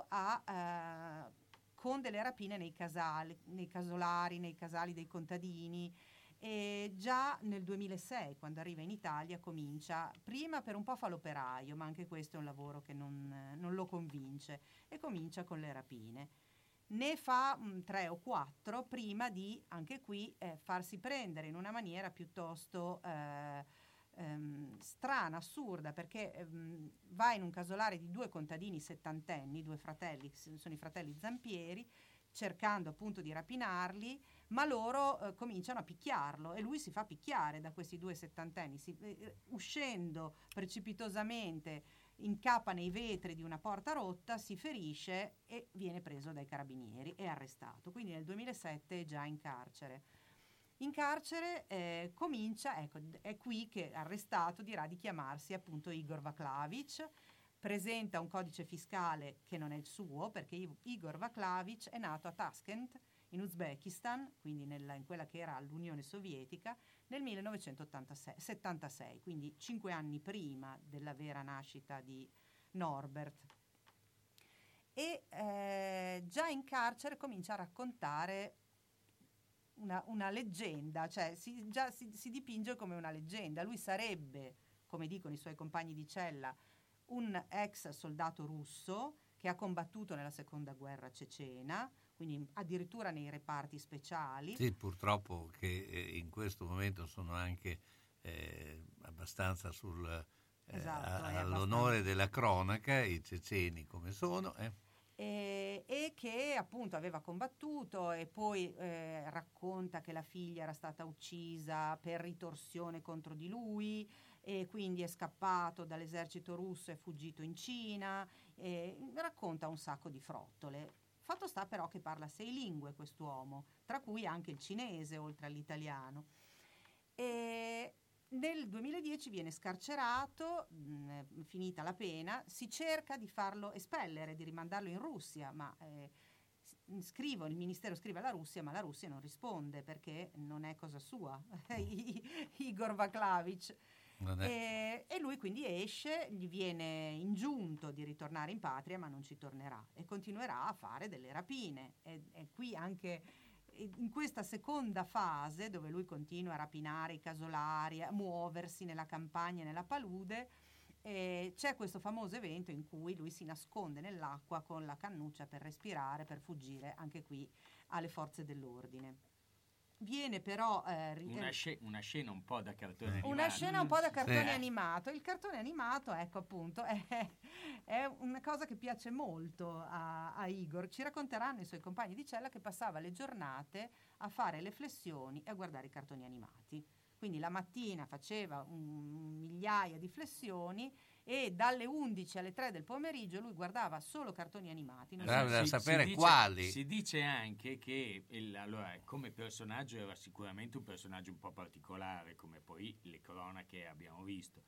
[SPEAKER 6] a... Uh, con delle rapine nei casali, nei casolari, nei casali dei contadini, E già nel duemilasei, quando arriva in Italia, comincia, prima per un po' fa l'operaio, ma anche questo è un lavoro che non, non lo convince, e comincia con le rapine. Ne fa mh, tre o quattro prima di, anche qui, eh, farsi prendere in una maniera piuttosto eh, ehm, strana, assurda, perché ehm, va in un casolare di due contadini settantenni, due fratelli, sono i fratelli Zampieri, cercando appunto di rapinarli, ma loro eh, cominciano a picchiarlo e lui si fa picchiare da questi due settantenni, si, eh, uscendo precipitosamente incappa nei vetri di una porta rotta, si ferisce e viene preso dai carabinieri e arrestato. Quindi nel duemilasette è già in carcere. In carcere eh, comincia, ecco, è qui che arrestato dirà di chiamarsi appunto Igor Vaklavich, presenta un codice fiscale che non è il suo, perché Igor Vaklavich è nato a Tashkent, in Uzbekistan, quindi nella, in quella che era l'Unione Sovietica, nel millenovecentosettantasei, quindi cinque anni prima della vera nascita di Norbert. E eh, già in carcere comincia a raccontare una, una leggenda, cioè si, già si, si dipinge come una leggenda. Lui sarebbe, come dicono i suoi compagni di cella, un ex soldato russo che ha combattuto nella seconda guerra cecena, quindi addirittura nei reparti speciali.
[SPEAKER 5] Sì, purtroppo che eh, in questo momento sono anche eh, abbastanza sul, eh,
[SPEAKER 6] esatto,
[SPEAKER 5] a,
[SPEAKER 6] è
[SPEAKER 5] all'onore
[SPEAKER 6] abbastanza.
[SPEAKER 5] della cronaca, i ceceni come sono. Eh.
[SPEAKER 6] E, e che appunto aveva combattuto e poi eh, racconta che la figlia era stata uccisa per ritorsione contro di lui e quindi è scappato dall'esercito russo e fuggito in Cina, e racconta un sacco di frottole. Fatto sta però che parla sei lingue quest'uomo, tra cui anche il cinese oltre all'italiano. E nel duemiladieci viene scarcerato, mh, finita la pena, si cerca di farlo espellere, di rimandarlo in Russia, ma eh, scrivo, il ministero scrive alla Russia, ma la Russia non risponde perché non è cosa sua, Igor Vaklavich. E, e lui quindi esce, gli viene ingiunto di ritornare in patria, ma non ci tornerà e continuerà a fare delle rapine. E, e qui anche in questa seconda fase, dove lui continua a rapinare i casolari, a muoversi nella campagna e nella palude, eh, c'è questo famoso evento in cui lui si nasconde nell'acqua con la cannuccia per respirare, per fuggire anche qui alle forze dell'ordine. Viene però eh, ri-
[SPEAKER 1] una, sc- una scena un po' da cartone animato.
[SPEAKER 6] Una scena un po' da cartone
[SPEAKER 1] Sì.
[SPEAKER 6] animato. Il cartone animato, ecco appunto, è, è una cosa che piace molto a, a Igor. Ci racconteranno i suoi compagni di cella che passava le giornate a fare le flessioni e a guardare i cartoni animati. Quindi la mattina faceva un migliaia di flessioni e dalle undici alle tre del pomeriggio lui guardava solo cartoni animati. Non
[SPEAKER 5] Bravo,
[SPEAKER 6] so-
[SPEAKER 5] da
[SPEAKER 1] Si-
[SPEAKER 5] sapere
[SPEAKER 1] si dice-
[SPEAKER 5] quali.
[SPEAKER 1] Si dice anche che il- allora, come personaggio era sicuramente un personaggio un po' particolare, come poi le cronache abbiamo visto.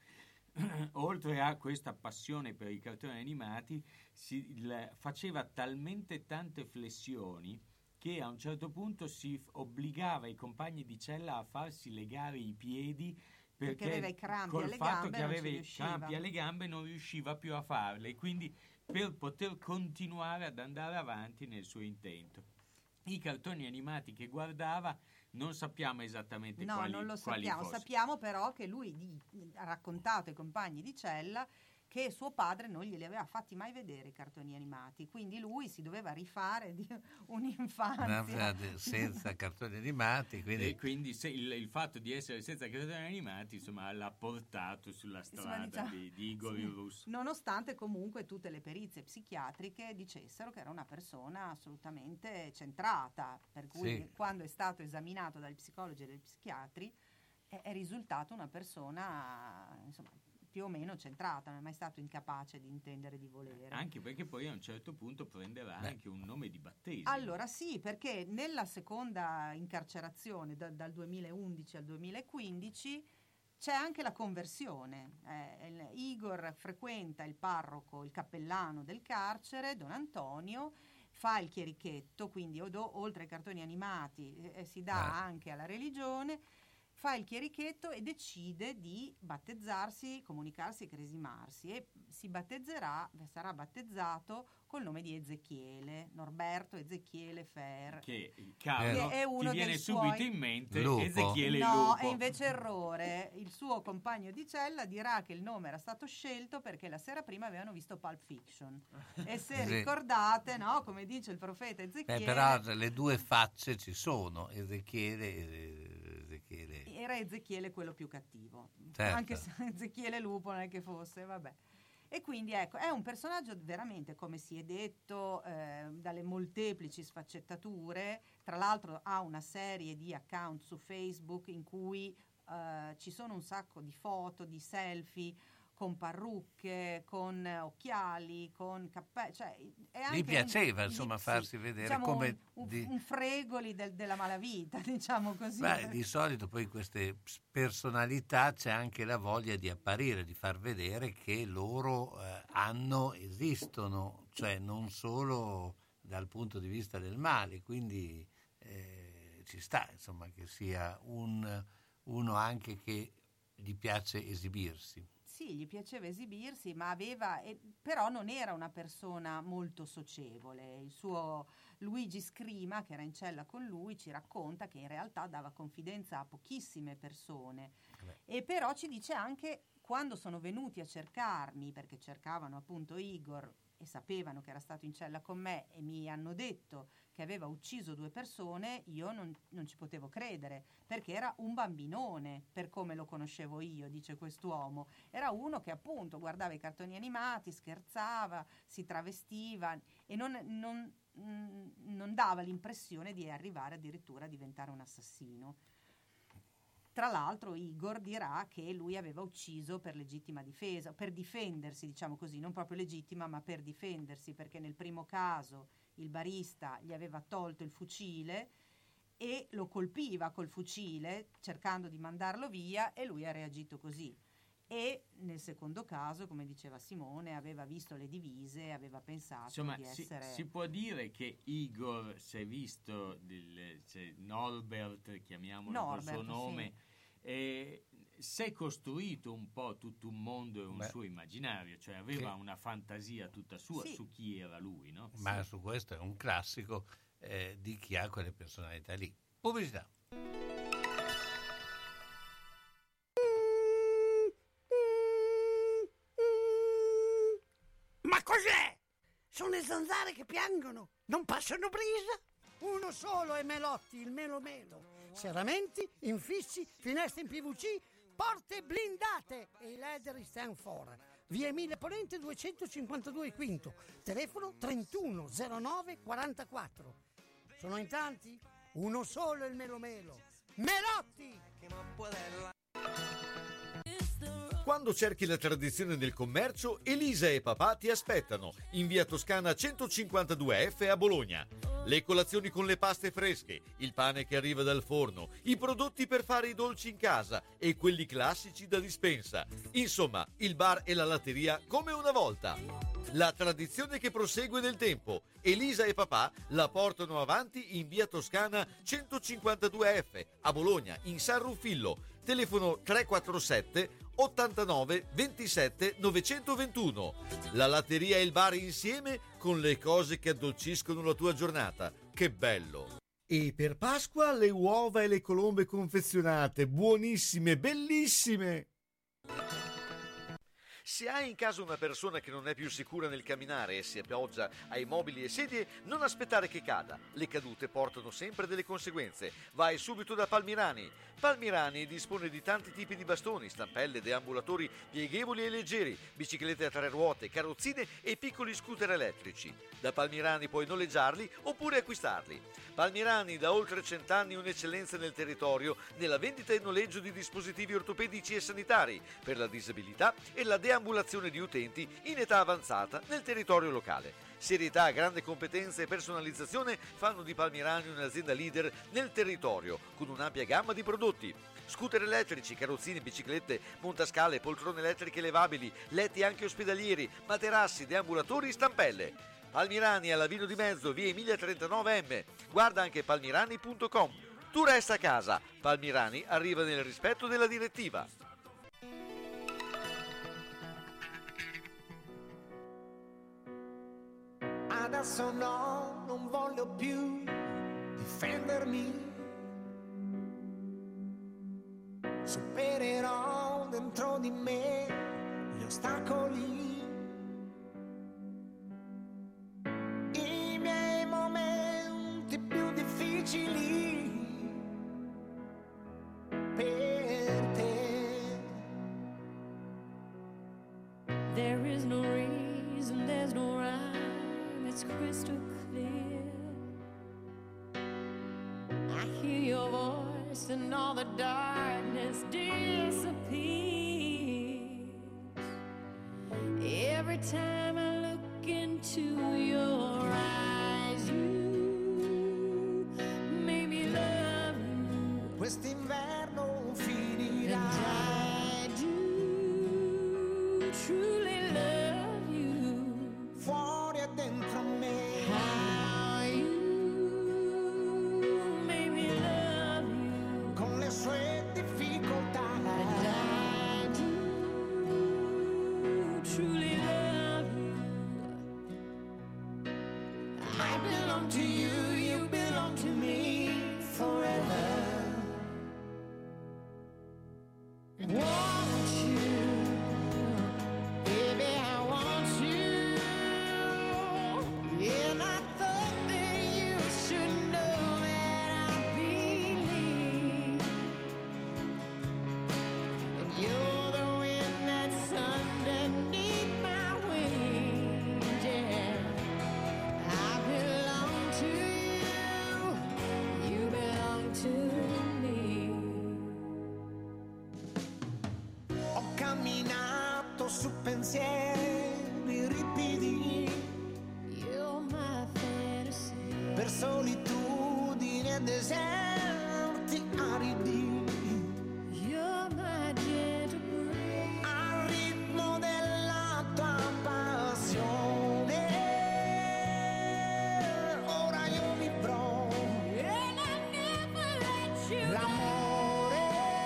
[SPEAKER 1] Oltre a questa passione per i cartoni animati, si, il- faceva talmente tante flessioni che a un certo punto si f- obbligava i compagni di cella a farsi legare i piedi perché,
[SPEAKER 6] Perché aveva i crampi
[SPEAKER 1] col
[SPEAKER 6] alle
[SPEAKER 1] fatto
[SPEAKER 6] gambe
[SPEAKER 1] che
[SPEAKER 6] non ci
[SPEAKER 1] aveva i
[SPEAKER 6] riusciva.
[SPEAKER 1] crampi alle gambe non riusciva più a farle, quindi per poter continuare ad andare avanti nel suo intento. I cartoni animati che guardava non sappiamo esattamente
[SPEAKER 6] No,
[SPEAKER 1] quali,
[SPEAKER 6] non lo
[SPEAKER 1] quali
[SPEAKER 6] sappiamo.
[SPEAKER 1] fossero.
[SPEAKER 6] Sappiamo però che lui di- ha raccontato ai compagni di cella che suo padre non glieli aveva fatti mai vedere i cartoni animati, quindi lui si doveva rifare di un'infanzia
[SPEAKER 5] senza cartoni animati, quindi
[SPEAKER 1] E quindi se il, il fatto di essere senza cartoni animati insomma l'ha portato sulla strada
[SPEAKER 6] diciamo,
[SPEAKER 1] di, di Igor
[SPEAKER 6] sì.
[SPEAKER 1] il Russo.
[SPEAKER 6] Nonostante comunque tutte le perizie psichiatriche dicessero che era una persona assolutamente centrata, per cui
[SPEAKER 5] Sì.
[SPEAKER 6] quando è stato esaminato dagli psicologi e dagli psichiatri è, è risultato una persona insomma più o meno centrata, non è mai stato incapace di intendere, di volere.
[SPEAKER 1] Anche perché poi a un certo punto prenderà anche un nome di battesimo.
[SPEAKER 6] Allora sì, perché nella seconda incarcerazione da- dal duemilaundici al duemilaquindici c'è anche la conversione. Eh, il- Igor frequenta il parroco, il cappellano del carcere, Don Antonio, fa il chierichetto, quindi od- oltre ai cartoni animati eh, si dà
[SPEAKER 5] Eh.
[SPEAKER 6] anche alla religione, fa il chierichetto e decide di battezzarsi, comunicarsi e cresimarsi, e si battezzerà, sarà battezzato col nome di Ezechiele, Norberto Ezechiele Fer,
[SPEAKER 1] che Carlo,
[SPEAKER 6] che è uno
[SPEAKER 1] ti viene
[SPEAKER 6] dei
[SPEAKER 1] subito
[SPEAKER 6] suoi...
[SPEAKER 1] in mente
[SPEAKER 5] Lupo.
[SPEAKER 1] Ezechiele
[SPEAKER 6] No,
[SPEAKER 1] Lupo.
[SPEAKER 6] è invece errore. Il suo compagno di cella dirà che il nome era stato scelto perché la sera prima avevano visto Pulp Fiction. E se
[SPEAKER 5] Sì.
[SPEAKER 6] ricordate, no, come dice il profeta Ezechiele,
[SPEAKER 5] Beh, però le due facce ci sono, Ezechiele e Ezechiele.
[SPEAKER 6] era Ezechiele quello più cattivo.
[SPEAKER 5] Certo.
[SPEAKER 6] Anche se Ezechiele Lupo non è che fosse, vabbè. E quindi ecco, è un personaggio veramente, come si è detto, eh, dalle molteplici sfaccettature. Tra l'altro ha una serie di account su Facebook in cui eh, ci sono un sacco di foto, di selfie con parrucche, con occhiali, con cappelli, cioè è anche
[SPEAKER 5] Gli piaceva,
[SPEAKER 6] un,
[SPEAKER 5] insomma,
[SPEAKER 6] gli-
[SPEAKER 5] farsi
[SPEAKER 6] sì,
[SPEAKER 5] vedere
[SPEAKER 6] diciamo
[SPEAKER 5] come
[SPEAKER 6] un, un,
[SPEAKER 5] di-
[SPEAKER 6] un fregoli del- della malavita, diciamo così.
[SPEAKER 5] Beh, di solito poi in queste personalità c'è anche la voglia di apparire, di far vedere che loro eh, hanno, esistono, cioè non solo dal punto di vista del male, quindi eh, ci sta, insomma, che sia un, uno anche che gli piace esibirsi.
[SPEAKER 6] Sì, gli piaceva esibirsi, ma aveva, eh, però non era una persona molto socievole. Il suo Luigi Scrima, che era in cella con lui, ci racconta che in realtà dava confidenza a pochissime persone.
[SPEAKER 5] Beh.
[SPEAKER 6] E però ci dice anche, quando sono venuti a cercarmi, perché cercavano appunto Igor e sapevano che era stato in cella con me e mi hanno detto che aveva ucciso due persone, io non, non ci potevo credere, perché era un bambinone, per come lo conoscevo io, dice quest'uomo. Era uno che appunto guardava i cartoni animati, scherzava, si travestiva e non, non, mh, non dava l'impressione di arrivare addirittura a diventare un assassino. Tra l'altro Igor dirà che lui aveva ucciso per legittima difesa, per difendersi, diciamo così, non proprio legittima, ma per difendersi, perché nel primo caso il barista gli aveva tolto il fucile e lo colpiva col fucile cercando di mandarlo via e lui ha reagito così. E nel secondo caso, come diceva Simone, aveva visto le divise, aveva pensato
[SPEAKER 1] Insomma,
[SPEAKER 6] di
[SPEAKER 1] si,
[SPEAKER 6] essere...
[SPEAKER 1] si può dire che Igor si è visto, del, cioè Norbert, chiamiamolo col suo
[SPEAKER 6] Norbert,
[SPEAKER 1] nome,
[SPEAKER 6] sì.
[SPEAKER 1] e si è costruito un po' tutto un mondo e un
[SPEAKER 5] Beh,
[SPEAKER 1] suo immaginario, cioè aveva
[SPEAKER 5] che-
[SPEAKER 1] una fantasia tutta sua
[SPEAKER 6] Sì.
[SPEAKER 1] su chi era lui, no?
[SPEAKER 5] Ma su questo è un classico eh, di chi ha quelle personalità lì. Pubblicità.
[SPEAKER 11] Ma cos'è? Sono le zanzare che piangono, non passano brisa? Uno solo è Melotti, il Melo Melo. Serramenti, infissi, finestre in P V C, porte blindate e i leder stand for. Via Emile Ponente duecentocinquantadue Quinto, telefono trentuno zero nove quarantaquattro. Sono in tanti? Uno solo è il Melo Melo. Melotti!
[SPEAKER 2] Quando cerchi la tradizione del commercio, Elisa e papà ti aspettano in via Toscana centocinquantadue F a Bologna. Le colazioni con le paste fresche, il pane che arriva dal forno, i prodotti per fare i dolci in casa e quelli classici da dispensa. Insomma, il bar e la latteria come una volta. La tradizione che prosegue nel tempo. Elisa e papà la portano avanti in via Toscana centocinquantadue F a Bologna, in San Ruffillo. Telefono tre quattro sette ottantanove ventisette novecentoventuno. La latteria e il bar insieme con le cose che addolciscono la tua giornata. Che bello! E per Pasqua le uova e le colombe confezionate, buonissime, bellissime! Se hai in casa una persona che non è più sicura nel camminare e si appoggia ai mobili e sedie, non aspettare che cada. Le cadute portano sempre delle conseguenze. Vai subito da Palmirani. Palmirani dispone di tanti tipi di bastoni, stampelle, deambulatori pieghevoli e leggeri, biciclette a tre ruote, carrozzine e piccoli scooter elettrici. Da Palmirani puoi noleggiarli oppure acquistarli. Palmirani da oltre cent'anni un'eccellenza nel territorio nella vendita e noleggio di dispositivi ortopedici e sanitari per la disabilità e la deambulazione di utenti in età avanzata nel territorio locale. Serietà, grande competenza e personalizzazione fanno di Palmirani un'azienda leader nel territorio, con un'ampia gamma di prodotti. Scooter elettrici, carrozzine, biciclette, montascale, poltrone elettriche levabili, letti anche ospedalieri, materassi, deambulatori, stampelle. Palmirani alla Vino di Mezzo, via Emilia trentanove M. Guarda anche palmirani punto com. Tu resta a casa. Palmirani arriva nel rispetto della direttiva.
[SPEAKER 9] Adesso no, non voglio più difendermi. Supererò dentro di me gli ostacoli, i miei momenti più difficili per te.
[SPEAKER 12] There is no reason, there's no rhyme, it's crystal clear. I hear your voice and all the darkness disappears. Every time I look into your eyes, you make me love you.
[SPEAKER 9] Quest'inverno finirà.
[SPEAKER 12] And I do truly love you.
[SPEAKER 9] Fuori e dentro me.
[SPEAKER 12] How you make me love you.
[SPEAKER 9] Con le sue difficoltà.
[SPEAKER 12] And I do truly love you.
[SPEAKER 9] I belong to you, you belong to me forever.
[SPEAKER 12] Want you, baby, I want you. And I thought that you should know that I believe. And you're the wind that's underneath my wings, yeah. I belong to you, you belong to me.
[SPEAKER 9] Ho camminato su pensieri ripidi,
[SPEAKER 12] You're my fantasy.
[SPEAKER 9] per solitudini e deserti aridi,
[SPEAKER 12] You're my gentle breeze.
[SPEAKER 9] al ritmo della tua passione. Ora io vivrò
[SPEAKER 12] And I never let you
[SPEAKER 9] l'amore,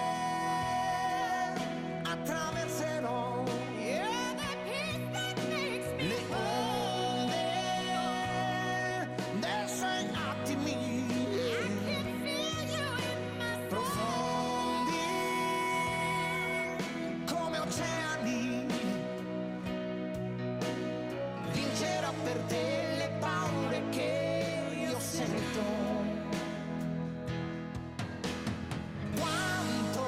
[SPEAKER 9] attraverserò
[SPEAKER 12] You're the peace that makes me
[SPEAKER 9] le onde dei suoi attimi
[SPEAKER 12] can feel you in my soul.
[SPEAKER 9] profondi come oceani. Vincerò per te le paure che io sento. Quanto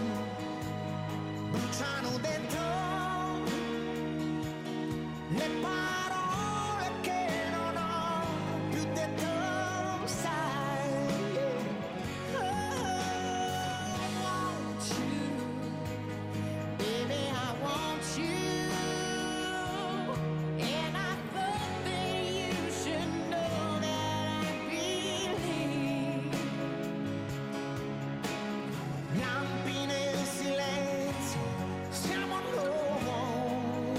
[SPEAKER 9] bruciano dentro le parole che non ho più detto, sai.
[SPEAKER 12] I want you, baby, I want you. And I thought that you should know that I believe.
[SPEAKER 9] Lampi nel silenzio, siamo noi.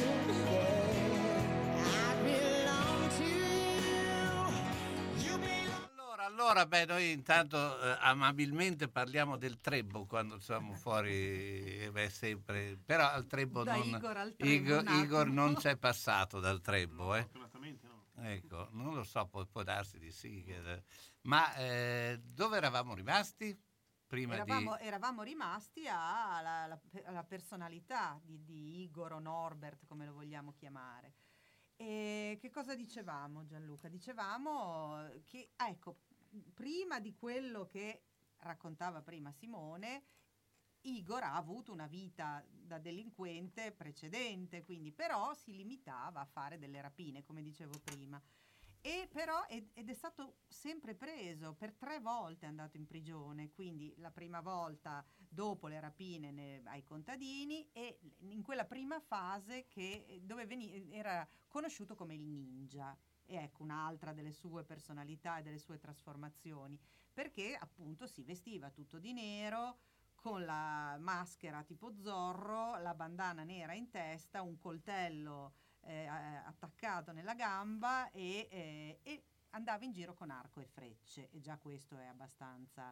[SPEAKER 12] I belong to you.
[SPEAKER 9] You belong.
[SPEAKER 5] Allora, allora, beh, noi intanto eh, amabilmente parliamo del Trebo quando siamo fuori, eh, beh, sempre, però al Trebo
[SPEAKER 6] Da
[SPEAKER 5] non,
[SPEAKER 6] Igor al Trebo,
[SPEAKER 5] Igor,
[SPEAKER 6] un attimo.
[SPEAKER 5] Igor non c'è passato dal Trebo, eh.
[SPEAKER 7] Fortunatamente no.
[SPEAKER 5] Ecco, non lo so, può, può darsi di sì. che- Ma eh, dove eravamo rimasti? Prima
[SPEAKER 6] Eravamo,
[SPEAKER 5] di...
[SPEAKER 6] eravamo rimasti alla, alla- alla personalità di, di Igor o Norbert, come lo vogliamo chiamare. E che cosa dicevamo, Gianluca? Dicevamo che, ah, ecco, prima di quello che raccontava prima Simone, Igor ha avuto una vita da delinquente precedente, quindi però si limitava a fare delle rapine, come dicevo prima. E però ed, ed è stato sempre preso, per tre volte è andato in prigione, quindi la prima volta dopo le rapine ne- ai contadini e in quella prima fase che, dove veni- era conosciuto come il ninja. E ecco un'altra delle sue personalità e delle sue trasformazioni, perché appunto si vestiva tutto di nero, con la maschera tipo Zorro, la bandana nera in testa, un coltello eh, attaccato nella gamba e, eh, e andava in giro con arco e frecce, e già questo è abbastanza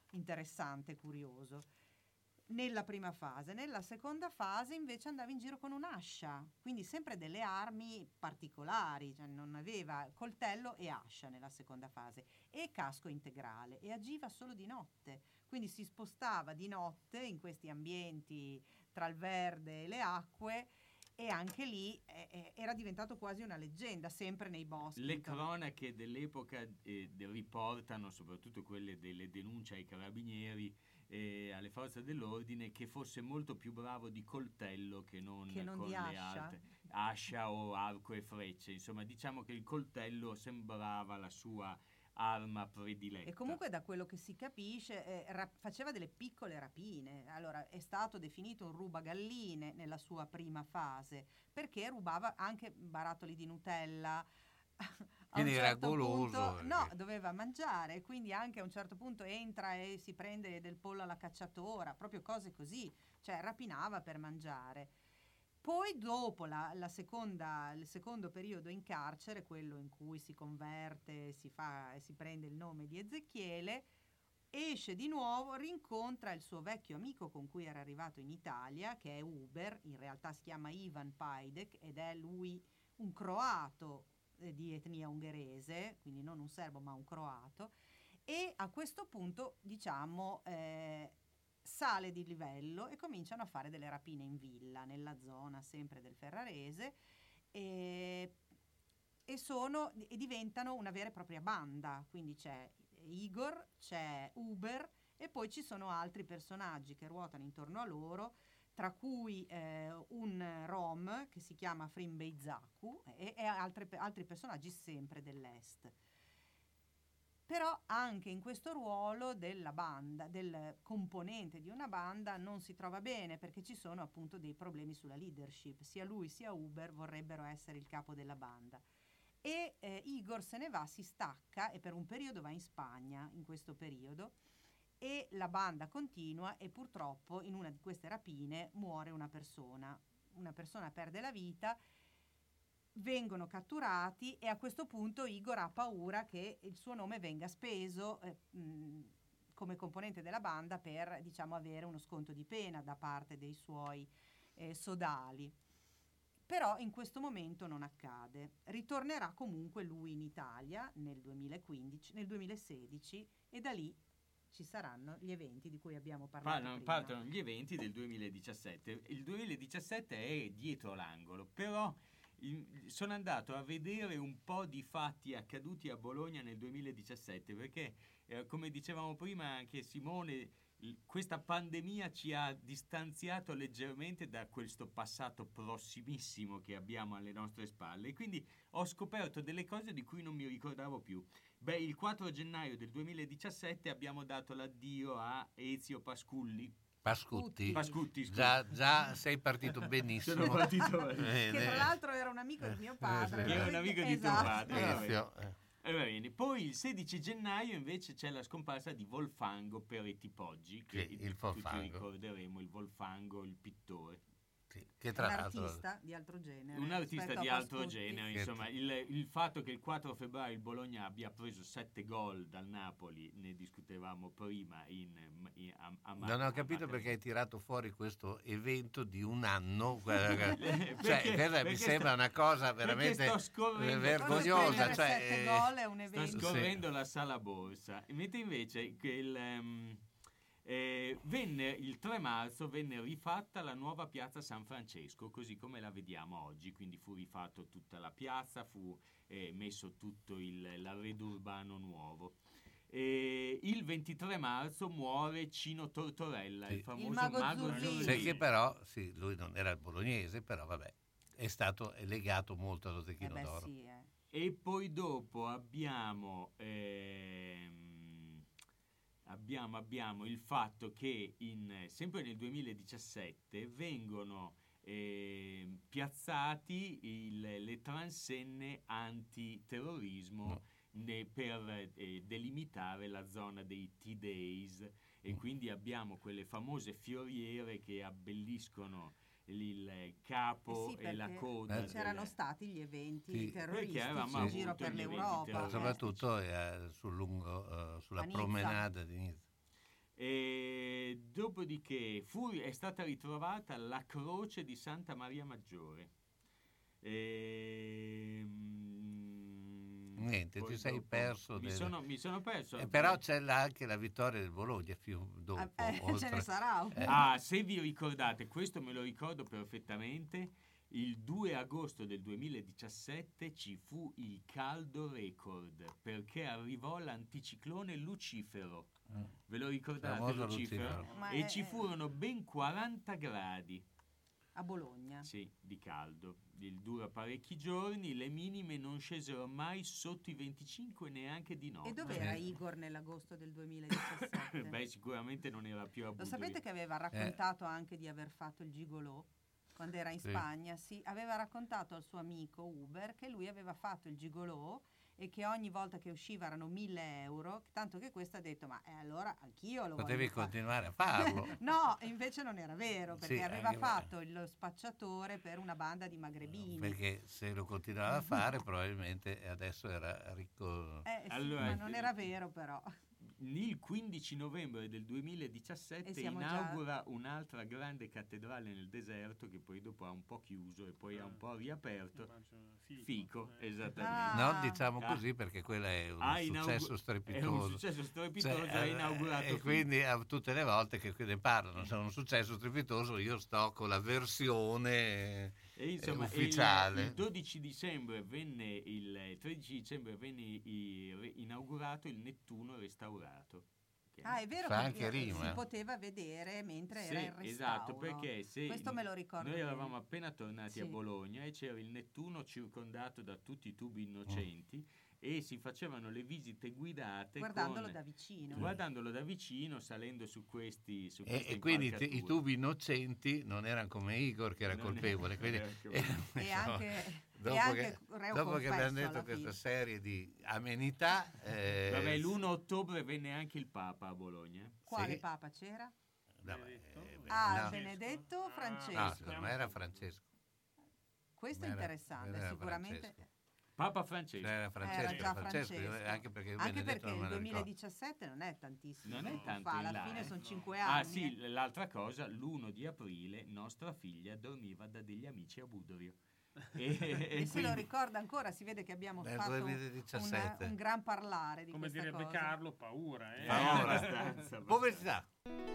[SPEAKER 6] interessante, curioso. Nella prima fase. Nella seconda fase invece andava in giro con un'ascia, quindi sempre delle armi particolari, cioè non aveva coltello e ascia nella seconda fase, e casco integrale, e agiva solo di notte, quindi si spostava di notte in questi ambienti tra il verde e le acque, e anche lì eh, era diventato quasi una leggenda, sempre nei boschi.
[SPEAKER 1] Le cronache dell'epoca eh, riportano, soprattutto quelle delle denunce ai carabinieri, e alle forze dell'ordine, che fosse molto più bravo di coltello che non,
[SPEAKER 6] che non
[SPEAKER 1] con
[SPEAKER 6] di
[SPEAKER 1] le
[SPEAKER 6] ascia.
[SPEAKER 1] altre ascia o arco e frecce. Insomma, diciamo che il coltello sembrava la sua arma prediletta.
[SPEAKER 6] E comunque da quello che si capisce eh, ra- faceva delle piccole rapine. Allora è stato definito un rubagalline nella sua prima fase, perché rubava anche barattoli di Nutella. A
[SPEAKER 5] Quindi
[SPEAKER 6] un
[SPEAKER 5] era
[SPEAKER 6] certo
[SPEAKER 5] goloso,
[SPEAKER 6] punto,
[SPEAKER 5] perché-
[SPEAKER 6] no, doveva mangiare, quindi anche a un certo punto entra e si prende del pollo alla cacciatora, proprio cose così, cioè rapinava per mangiare. Poi dopo la, la seconda, il secondo periodo in carcere, quello in cui si converte, si fa e si prende il nome di Ezechiele, esce di nuovo, rincontra il suo vecchio amico con cui era arrivato in Italia, che è Uber, in realtà si chiama Ivan Pajdek ed è lui un croato eh, di etnia ungherese, quindi non un serbo ma un croato, e a questo punto diciamo eh, sale di livello e cominciano a fare delle rapine in villa nella zona sempre del Ferrarese e, e sono e diventano una vera e propria banda, quindi c'è Igor, c'è Uber e poi ci sono altri personaggi che ruotano intorno a loro, tra cui eh, un rom che si chiama Frimbey Zaku e, e altre, altri personaggi sempre dell'est. Però anche in questo ruolo della banda, del componente di una banda, non si trova bene perché ci sono appunto dei problemi sulla leadership. Sia lui sia Uber vorrebbero essere il capo della banda. E eh, Igor se ne va, si stacca e per un periodo va in Spagna, in questo periodo, e la banda continua e purtroppo in una di queste rapine muore una persona. Una persona perde la vita, vengono catturati e a questo punto Igor ha paura che il suo nome venga speso eh, mh, come componente della banda per, diciamo, avere uno sconto di pena da parte dei suoi eh, sodali. Però in questo momento non accade. Ritornerà comunque lui in Italia nel duemilaquindici, nel duemilasedici e da lì ci saranno gli eventi di cui abbiamo parlato
[SPEAKER 1] Parlano,
[SPEAKER 6] prima.
[SPEAKER 1] partono gli eventi del duemiladiciassette. Il duemiladiciassette è dietro l'angolo, però in- sono andato a vedere un po' di fatti accaduti a Bologna nel duemiladiciassette, perché eh, come dicevamo prima anche Simone, il- questa pandemia ci ha distanziato leggermente da questo passato prossimissimo che abbiamo alle nostre spalle, e quindi ho scoperto delle cose di cui non mi ricordavo più. Beh, il quattro gennaio del duemiladiciassette abbiamo dato l'addio a Ezio Pasculli.
[SPEAKER 5] Pascutti.
[SPEAKER 1] Pascutti, scusa.
[SPEAKER 5] Già, già sei partito benissimo.
[SPEAKER 1] Sono partito benissimo.
[SPEAKER 5] Eh,
[SPEAKER 6] Che tra
[SPEAKER 5] eh.
[SPEAKER 6] l'altro era un amico di mio padre.
[SPEAKER 1] Che è un amico di tuo
[SPEAKER 6] Esatto.
[SPEAKER 1] padre. va bene.
[SPEAKER 5] Ezio, eh.
[SPEAKER 1] Eh, va bene. Poi il sedici gennaio invece c'è la scomparsa di Volfango Peretti Poggi, che
[SPEAKER 5] Sì, il
[SPEAKER 1] tutti
[SPEAKER 5] Volfango.
[SPEAKER 1] ricorderemo, il Volfango, il pittore.
[SPEAKER 5] Sì, che
[SPEAKER 6] Un
[SPEAKER 5] tra l'altro
[SPEAKER 6] artista di altro genere.
[SPEAKER 1] Un artista
[SPEAKER 6] rispetto
[SPEAKER 1] di
[SPEAKER 6] a
[SPEAKER 1] altro
[SPEAKER 6] Pascutti.
[SPEAKER 1] genere,
[SPEAKER 5] Che-
[SPEAKER 1] insomma, il, il fatto che il quattro febbraio il Bologna abbia preso sette gol dal Napoli, ne discutevamo prima in, in, a, a
[SPEAKER 5] non ho capito
[SPEAKER 1] a-
[SPEAKER 5] perché hai tirato fuori questo evento di un anno. cioè,
[SPEAKER 1] Perché-
[SPEAKER 5] questa
[SPEAKER 1] perché
[SPEAKER 5] mi sembra
[SPEAKER 1] sto-
[SPEAKER 5] una cosa
[SPEAKER 1] perché
[SPEAKER 5] veramente
[SPEAKER 1] sto scorrendo-
[SPEAKER 5] vergognosa.
[SPEAKER 6] Prendere
[SPEAKER 5] Cioè,
[SPEAKER 6] sette
[SPEAKER 5] eh,
[SPEAKER 6] gol è un
[SPEAKER 1] Sta
[SPEAKER 6] evento.
[SPEAKER 1] scorrendo la sala borsa, mentre invece che il, ehm, eh, venne il tre marzo venne rifatta la nuova piazza San Francesco così come la vediamo oggi, quindi fu rifatto tutta la piazza, fu eh, messo tutto il, l'arredo urbano nuovo. E il ventitré marzo muore Cino Tortorella,
[SPEAKER 5] Sì.
[SPEAKER 1] il famoso
[SPEAKER 6] Il mago
[SPEAKER 1] mago
[SPEAKER 6] Zurlini.
[SPEAKER 1] Zurlini.
[SPEAKER 5] sai che però, sì, lui non era bolognese, però vabbè, è stato è legato molto allo
[SPEAKER 6] Eh
[SPEAKER 5] Zecchino
[SPEAKER 6] beh,
[SPEAKER 5] d'Oro.
[SPEAKER 6] sì, eh.
[SPEAKER 1] E poi dopo abbiamo, ehm, abbiamo, abbiamo il fatto che in, sempre nel duemiladiciassette vengono ehm, piazzati il- le transenne antiterrorismo
[SPEAKER 5] No.
[SPEAKER 1] ne- per eh, delimitare la zona dei T-Days, e quindi abbiamo quelle famose fioriere che abbelliscono il capo
[SPEAKER 6] Eh sì,
[SPEAKER 1] e la
[SPEAKER 6] perché
[SPEAKER 1] coda.
[SPEAKER 5] Eh,
[SPEAKER 6] c'erano
[SPEAKER 1] del-
[SPEAKER 6] stati gli eventi
[SPEAKER 5] Sì.
[SPEAKER 6] terroristici
[SPEAKER 1] Perché avevamo
[SPEAKER 6] in giro
[SPEAKER 1] avuto
[SPEAKER 6] per
[SPEAKER 1] gli eventi
[SPEAKER 6] l'Europa.
[SPEAKER 5] Ma
[SPEAKER 1] terroristici.
[SPEAKER 5] soprattutto eh, sul lungo, eh, sulla
[SPEAKER 6] A Nizza.
[SPEAKER 5] promenade di Nizza.
[SPEAKER 1] E dopodiché fu, è stata ritrovata la croce di Santa Maria Maggiore. E,
[SPEAKER 5] Niente,
[SPEAKER 1] poi
[SPEAKER 5] ti sei
[SPEAKER 1] dopo-
[SPEAKER 5] perso.
[SPEAKER 1] Mi
[SPEAKER 5] del-
[SPEAKER 1] sono, mi sono perso.
[SPEAKER 5] Eh, però c'è là anche la vittoria del Bologna più dopo.
[SPEAKER 6] Eh, ce
[SPEAKER 5] oltre-
[SPEAKER 6] ne sarà un-
[SPEAKER 5] Eh,
[SPEAKER 1] Ah, se vi ricordate, questo me lo ricordo perfettamente, il due agosto del duemiladiciassette ci fu il caldo record perché arrivò l'anticiclone Lucifero. Ve lo ricordate
[SPEAKER 5] Famoso
[SPEAKER 1] Lucifero?
[SPEAKER 5] Lucifero.
[SPEAKER 6] Ma
[SPEAKER 1] E
[SPEAKER 6] è-
[SPEAKER 1] ci furono ben quaranta gradi.
[SPEAKER 6] A Bologna.
[SPEAKER 1] Sì, di caldo. Il dura parecchi giorni, le minime non scesero mai sotto i venticinque neanche di notte.
[SPEAKER 6] E dov'era Igor nell'agosto del duemiladiciassette?
[SPEAKER 1] Beh, sicuramente non era più a
[SPEAKER 6] Lo
[SPEAKER 1] Budrio.
[SPEAKER 6] sapete che aveva raccontato anche di aver fatto il gigolò? Quando era in
[SPEAKER 1] Sì.
[SPEAKER 6] Spagna, sì, aveva raccontato al suo amico Uber che lui aveva fatto il gigolò e che ogni volta che usciva erano mille euro, tanto che questo ha detto ma eh, allora anch'io lo
[SPEAKER 5] Potevi
[SPEAKER 6] voglio fare."
[SPEAKER 5] continuare a farlo.
[SPEAKER 6] No, invece non era vero, perché
[SPEAKER 5] Sì,
[SPEAKER 6] aveva
[SPEAKER 5] anche
[SPEAKER 6] fatto lo spacciatore per una banda di magrebini.
[SPEAKER 5] Perché se lo continuava a fare probabilmente adesso era ricco.
[SPEAKER 6] Eh, sì,
[SPEAKER 1] Allora,
[SPEAKER 6] ma non era vero però.
[SPEAKER 1] Il quindici novembre del
[SPEAKER 6] E
[SPEAKER 1] duemiladiciassette
[SPEAKER 6] siamo già-
[SPEAKER 1] inaugura un'altra grande cattedrale nel deserto che poi dopo ha un po' chiuso e poi ha un po' riaperto.
[SPEAKER 7] Fico.
[SPEAKER 1] Fico,
[SPEAKER 6] Ah.
[SPEAKER 1] esattamente.
[SPEAKER 5] Non diciamo
[SPEAKER 1] Ah.
[SPEAKER 5] così perché quella è un
[SPEAKER 1] Ha inaugu-
[SPEAKER 5] successo strepitoso.
[SPEAKER 1] È un successo strepitoso,
[SPEAKER 5] Cioè,
[SPEAKER 1] ha
[SPEAKER 5] eh,
[SPEAKER 1] inaugurato
[SPEAKER 5] E
[SPEAKER 1] Fico.
[SPEAKER 5] quindi a tutte le volte che ne parlano, sono un successo strepitoso, io sto con la versione
[SPEAKER 1] E insomma,
[SPEAKER 5] eh, ufficiale.
[SPEAKER 1] Il, il dodici dicembre venne il, il tredici dicembre venne i- re- inaugurato il Nettuno restaurato. che-
[SPEAKER 6] Ah, è vero
[SPEAKER 5] Fa
[SPEAKER 6] che
[SPEAKER 5] anche
[SPEAKER 6] eh,
[SPEAKER 5] rima.
[SPEAKER 6] si poteva vedere mentre
[SPEAKER 1] Sì,
[SPEAKER 6] era in restauro.
[SPEAKER 1] esatto, perché se
[SPEAKER 6] Questo me lo ricordo
[SPEAKER 1] noi
[SPEAKER 6] bene.
[SPEAKER 1] eravamo appena tornati a
[SPEAKER 6] Sì.
[SPEAKER 1] Bologna e c'era il Nettuno circondato da tutti i tubi innocenti e si facevano le visite guidate
[SPEAKER 6] Guardandolo
[SPEAKER 1] con-
[SPEAKER 6] da vicino.
[SPEAKER 1] guardandolo da vicino, salendo su questi su
[SPEAKER 5] E,
[SPEAKER 1] queste
[SPEAKER 5] e quindi te- i
[SPEAKER 1] impalcature.
[SPEAKER 5] tubi innocenti non erano come Igor che era
[SPEAKER 1] Non
[SPEAKER 5] colpevole.
[SPEAKER 1] era-
[SPEAKER 5] Quindi,
[SPEAKER 1] era colpevole.
[SPEAKER 6] E
[SPEAKER 5] insomma,
[SPEAKER 6] anche-
[SPEAKER 5] dopo
[SPEAKER 6] e anche
[SPEAKER 5] che,
[SPEAKER 6] reo
[SPEAKER 5] dopo che
[SPEAKER 6] confesso
[SPEAKER 5] abbiamo detto
[SPEAKER 6] alla
[SPEAKER 5] questa
[SPEAKER 6] fine.
[SPEAKER 5] serie di amenità, eh,
[SPEAKER 1] Vabbè, l'primo ottobre venne anche il Papa a Bologna.
[SPEAKER 6] Quale
[SPEAKER 5] Sì.
[SPEAKER 6] papa c'era?
[SPEAKER 5] no, eh,
[SPEAKER 6] Ah,
[SPEAKER 5] no.
[SPEAKER 6] Benedetto
[SPEAKER 5] No,
[SPEAKER 6] Francesco.
[SPEAKER 5] secondo me era Francesco.
[SPEAKER 6] Questo è
[SPEAKER 5] Era-
[SPEAKER 6] interessante,
[SPEAKER 5] era
[SPEAKER 6] sicuramente.
[SPEAKER 5] Francesco.
[SPEAKER 1] Papa Francesco.
[SPEAKER 5] Era Francesco,
[SPEAKER 6] Era già
[SPEAKER 5] Francesco,
[SPEAKER 6] Francesco.
[SPEAKER 5] anche perché io
[SPEAKER 6] Anche
[SPEAKER 5] Benedetto
[SPEAKER 6] perché
[SPEAKER 5] non
[SPEAKER 6] il
[SPEAKER 5] me lo ricordo.
[SPEAKER 6] duemiladiciassette non è tantissimo.
[SPEAKER 1] Non è
[SPEAKER 6] tempo
[SPEAKER 1] tanto
[SPEAKER 6] fa,
[SPEAKER 1] in
[SPEAKER 6] alla
[SPEAKER 1] là,
[SPEAKER 6] fine
[SPEAKER 1] eh.
[SPEAKER 6] sono cinque
[SPEAKER 1] Ah
[SPEAKER 6] anni.
[SPEAKER 1] sì, l'altra cosa, l'primo di aprile nostra figlia dormiva da degli amici a Budrio. E,
[SPEAKER 6] E,
[SPEAKER 1] e
[SPEAKER 6] se lo
[SPEAKER 1] quindi-
[SPEAKER 6] ricorda ancora, si vede che abbiamo
[SPEAKER 5] Nel
[SPEAKER 6] fatto
[SPEAKER 5] duemiladiciassette.
[SPEAKER 6] una- un gran parlare di
[SPEAKER 7] Come
[SPEAKER 6] questa
[SPEAKER 7] direbbe
[SPEAKER 6] cosa.
[SPEAKER 7] Carlo, paura. Eh?
[SPEAKER 5] Paura.
[SPEAKER 1] abbastanza,
[SPEAKER 5] Povertà.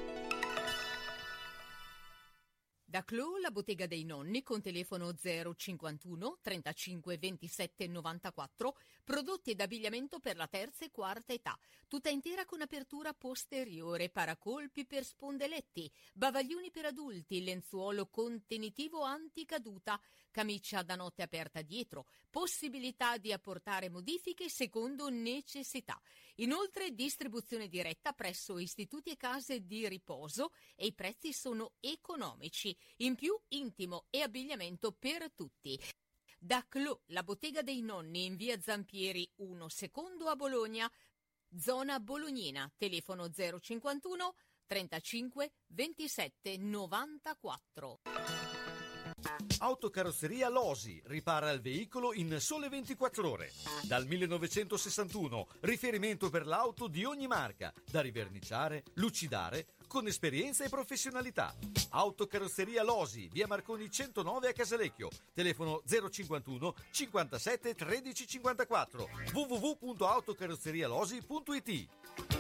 [SPEAKER 8] Da Clou, la bottega dei nonni, con telefono zero cinquantuno trentacinque ventisette novantaquattro, prodotti ed abbigliamento per la terza e quarta età, tutta intera con apertura posteriore, paracolpi per spondeletti, bavaglioni per adulti, lenzuolo contenitivo anticaduta, camicia da notte aperta dietro, possibilità di apportare modifiche secondo necessità. Inoltre distribuzione diretta presso istituti e case di riposo e i prezzi sono economici. In più intimo e abbigliamento per tutti. Da Clou, la bottega dei nonni in via Zampieri uno secondo a Bologna, zona Bolognina, telefono zero cinquantuno trentacinque ventisette novantaquattro.
[SPEAKER 2] Autocarrozzeria Losi ripara il veicolo in sole ventiquattro ore. Dal millenovecentosessantuno, riferimento per l'auto di ogni marca, da riverniciare, lucidare, con esperienza e professionalità. Autocarrozzeria Losi, via Marconi centonove a Casalecchio, telefono zero cinquantuno cinquantasette tredici cinquantaquattro, w w w punto autocarrozzerialosi punto i t.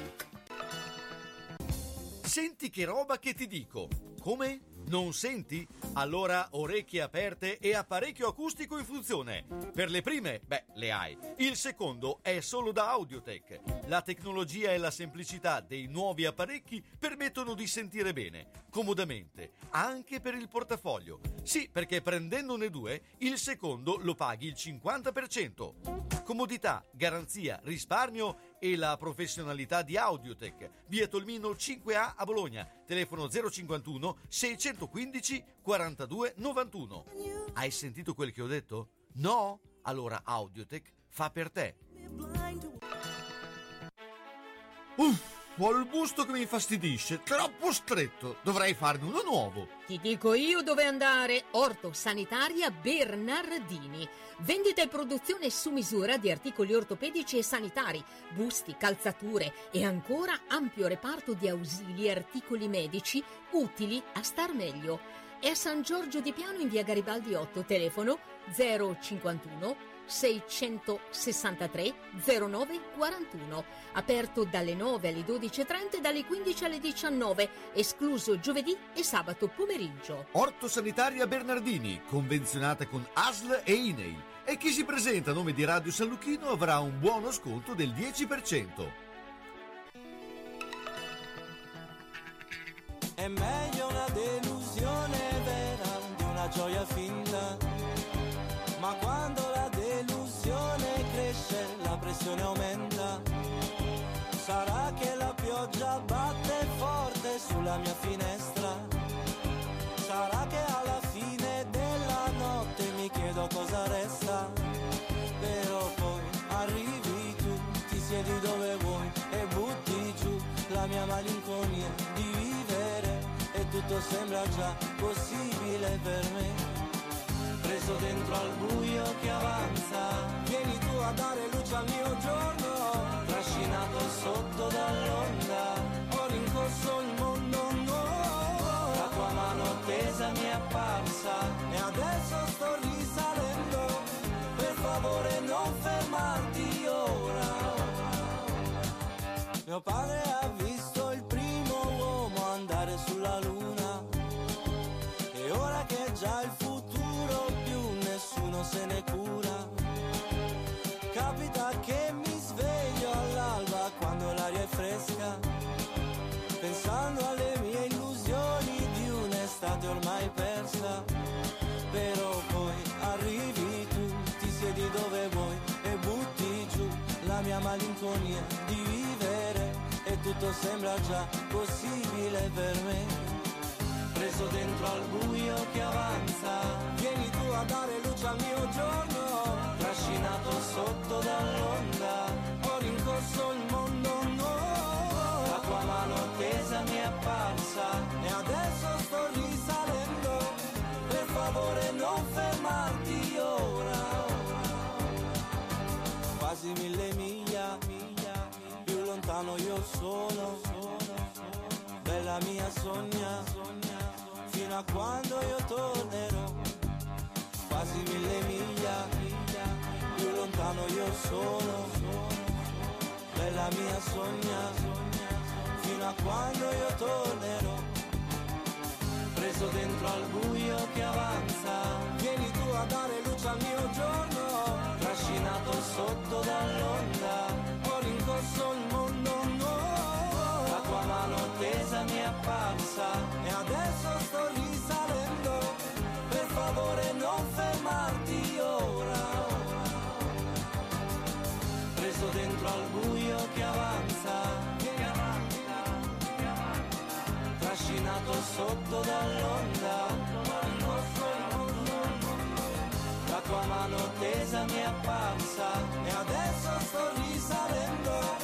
[SPEAKER 2] Senti che roba che ti dico. Come? Non senti? Allora orecchie aperte e apparecchio acustico in funzione. Per le prime, beh, le hai. Il secondo è solo da Audiotech. La tecnologia e la semplicità dei nuovi apparecchi permettono di sentire bene, comodamente, anche per il portafoglio. Sì, perché prendendone due, il secondo lo paghi il cinquanta per cento. Comodità, garanzia, risparmio e la professionalità di Audiotech. Via Tolmino cinque A a Bologna. Telefono zero cinquantuno seicentoquindici quarantadue novantuno. Hai sentito quel che ho detto? No? Allora Audiotech fa per te. Uff! Ho il busto che mi infastidisce, troppo stretto, dovrei farne uno nuovo.
[SPEAKER 8] Ti dico io dove andare. Orto Sanitaria Bernardini. Vendita e produzione su misura di articoli ortopedici e sanitari, busti, calzature e ancora ampio reparto di ausili e articoli medici utili a star meglio. È a San Giorgio di Piano in via Garibaldi otto, telefono zero cinquantuno seicentosessantatré zero nove quarantuno, aperto dalle nove alle dodici e trenta e dalle quindici alle diciannove, escluso giovedì e sabato pomeriggio.
[SPEAKER 2] Orto Sanitaria Bernardini, convenzionata con A S L e I N E I, e chi si presenta a nome di Radio San Lucchino avrà un buono sconto del dieci per cento.
[SPEAKER 9] È meglio una delusione vera di una gioia finta, ma quando la delusione cresce la pressione aumenta. Sarà che la pioggia batte forte sulla mia finestra, sarà che alla fine della notte mi chiedo cosa resta, però poi arrivi tu, ti siedi dove vuoi e butti giù la mia malinconia di vivere, e tutto sembra già possibile per me. Preso dentro al buio che avanza, vieni tu a dare luce al mio giorno, trascinato sotto dall'onda, ho rincorso il mondo nuovo, la tua mano tesa mi è apparsa e adesso sto risalendo, per favore non fermarti ora. Mio padre ha visto il primo uomo andare sulla luna, e ora che già il futuro più nessuno se ne cura, capita che mi sveglio all'alba quando l'aria è fresca, pensando alle mie illusioni di un'estate ormai persa, però poi arrivi tu, ti siedi dove vuoi e butti giù la mia malinconia di vivere, e tutto sembra già possibile per me. Preso dentro al buio che avanza, vieni tu a dare luce al mio giorno, trascinato sotto dall'onda, ho rincorso il mondo nuovo, la tua mano tesa mi è apparsa e adesso sto risalendo, per favore non fermarti ora. Quasi mille miglia, miglia, più lontano io sono, bella mia sogna, fino a quando io tornerò. Quasi mille miglia, miglia, più lontano io sono, bella mia sogna, fino a quando io tornerò. Preso dentro al buio che avanza, vieni tu a dare luce al mio giorno, trascinato sotto dall'onda, ho rincorso il mondo nuovo, la tua mano tesa mi è apparsa e adesso sto risalendo, per favore non fermarti ora. Preso dentro al buio che avanza, che avanza, che avanza, trascinato sotto dall'onda, la tua mano tesa mi è apparsa e adesso sto risalendo.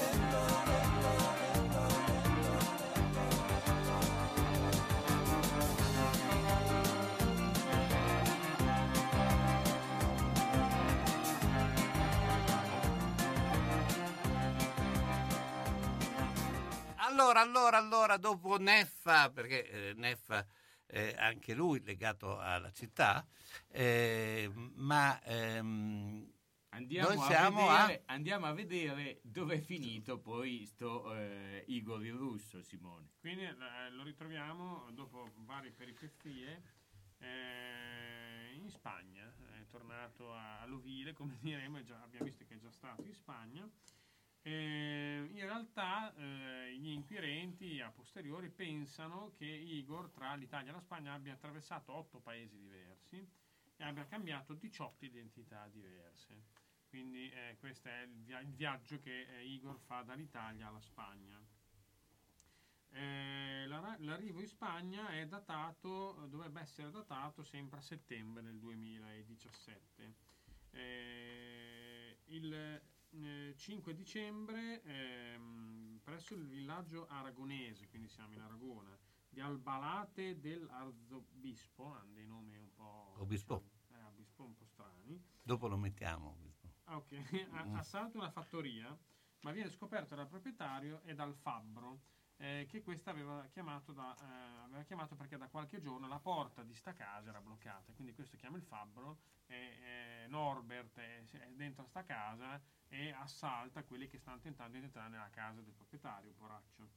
[SPEAKER 5] Allora, allora, allora, dopo Neffa, perché eh, Neffa eh, anche lui legato alla città, eh, ma ehm,
[SPEAKER 1] andiamo,
[SPEAKER 5] noi siamo
[SPEAKER 1] a vedere,
[SPEAKER 5] a...
[SPEAKER 1] andiamo a vedere dove è finito poi sto eh, Igor il Russo, Simone.
[SPEAKER 7] Quindi eh, lo ritroviamo dopo varie peripezie eh, in Spagna, è tornato a Lovile, come diremo, già, abbiamo visto che è già stato in Spagna. Eh, in realtà eh, gli inquirenti a posteriori pensano che Igor tra l'Italia e la Spagna abbia attraversato otto paesi diversi e abbia cambiato diciotto identità diverse. Quindi eh, questo è il, via- il viaggio che eh, Igor fa dall'Italia alla Spagna. Eh, la- l'arrivo in Spagna è datato, dovrebbe essere datato sempre a settembre del duemiladiciassette. Eh, il eh, cinque dicembre ehm, presso il villaggio aragonese, quindi siamo in Aragona, di Albalate dell'Arzobispo, hanno dei nomi un po'...
[SPEAKER 5] Obispo.
[SPEAKER 7] Diciamo, eh, obispo un po' strani.
[SPEAKER 5] Dopo lo mettiamo. Obispo.
[SPEAKER 7] Ah, ok. Assalta una fattoria, ma viene scoperto dal proprietario e dal fabbro, eh, che questa aveva chiamato, da, eh, aveva chiamato perché da qualche giorno la porta di sta casa era bloccata. Quindi questo chiama il fabbro, e, e Norbert è, è dentro sta casa e assalta quelli che stanno tentando di entrare nella casa del proprietario, poraccio.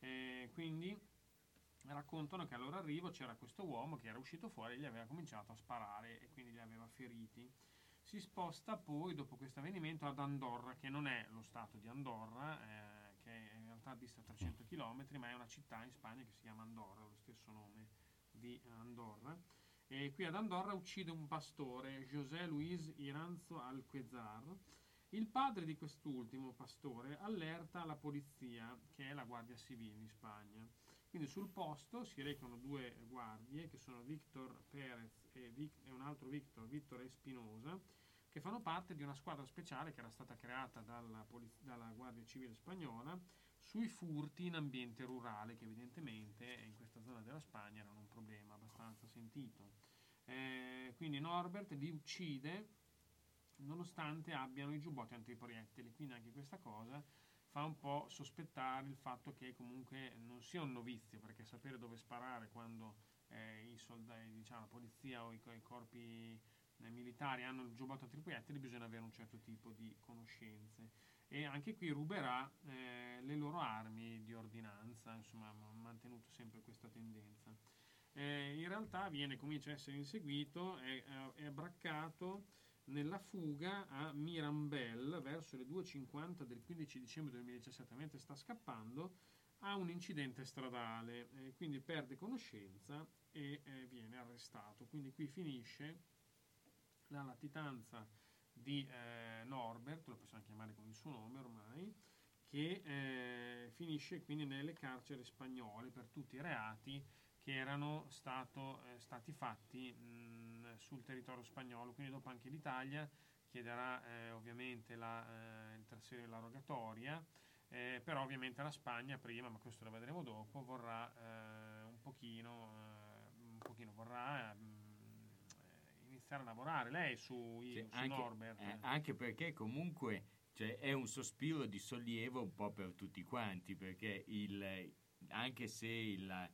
[SPEAKER 7] E quindi raccontano che al loro arrivo c'era questo uomo che era uscito fuori e gli aveva cominciato a sparare e quindi li aveva feriti. Si sposta poi dopo questo avvenimento ad Andorra, che non è lo stato di Andorra, eh, che in realtà dista trecento chilometri, ma è una città in Spagna che si chiama Andorra, lo stesso nome di Andorra. E qui ad Andorra uccide un pastore, José Luis Iranzo Alquezar. Il padre di quest'ultimo pastore allerta la polizia, che è la Guardia Civile in Spagna. Quindi sul posto si recano due guardie, che sono Víctor Pérez e, Vic- e un altro Víctor, Víctor Espinosa, che fanno parte di una squadra speciale che era stata creata dalla, poliz- dalla Guardia Civile spagnola sui furti in ambiente rurale, che evidentemente in questa zona della Spagna erano un problema abbastanza sentito. Eh, quindi Norbert li uccide nonostante abbiano i giubbotti antiproiettili, quindi anche questa cosa fa un po' sospettare il fatto che comunque non sia un novizio, perché sapere dove sparare quando eh, i soldati, diciamo, la polizia o i, i corpi eh, militari hanno il giubbotto antiproiettili, bisogna avere un certo tipo di conoscenze. E anche qui ruberà eh, le loro armi di ordinanza, insomma ha mantenuto sempre questa tendenza. Eh, in realtà viene, comincia a essere inseguito, è, è abbraccato nella fuga a Mirambel verso le due e cinquanta del quindici dicembre duemiladiciassette, mentre sta scappando, ha un incidente stradale, eh, quindi perde conoscenza e eh, viene arrestato. Quindi qui finisce la latitanza di eh, Norbert, lo possiamo chiamare con il suo nome ormai, che eh, finisce quindi nelle carceri spagnole per tutti i reati che erano stato, eh, stati fatti mh, sul territorio spagnolo. Quindi dopo anche l'Italia chiederà eh, ovviamente la, eh, il trasferire la rogatoria, eh, però ovviamente la Spagna prima, ma questo lo vedremo dopo, vorrà eh, un pochino, eh, un pochino vorrà mh, iniziare a lavorare lei su,
[SPEAKER 1] cioè,
[SPEAKER 7] su
[SPEAKER 1] anche,
[SPEAKER 7] Norbert.
[SPEAKER 1] Eh, anche perché comunque cioè, è un sospiro di sollievo un po' per tutti quanti, perché il, anche se il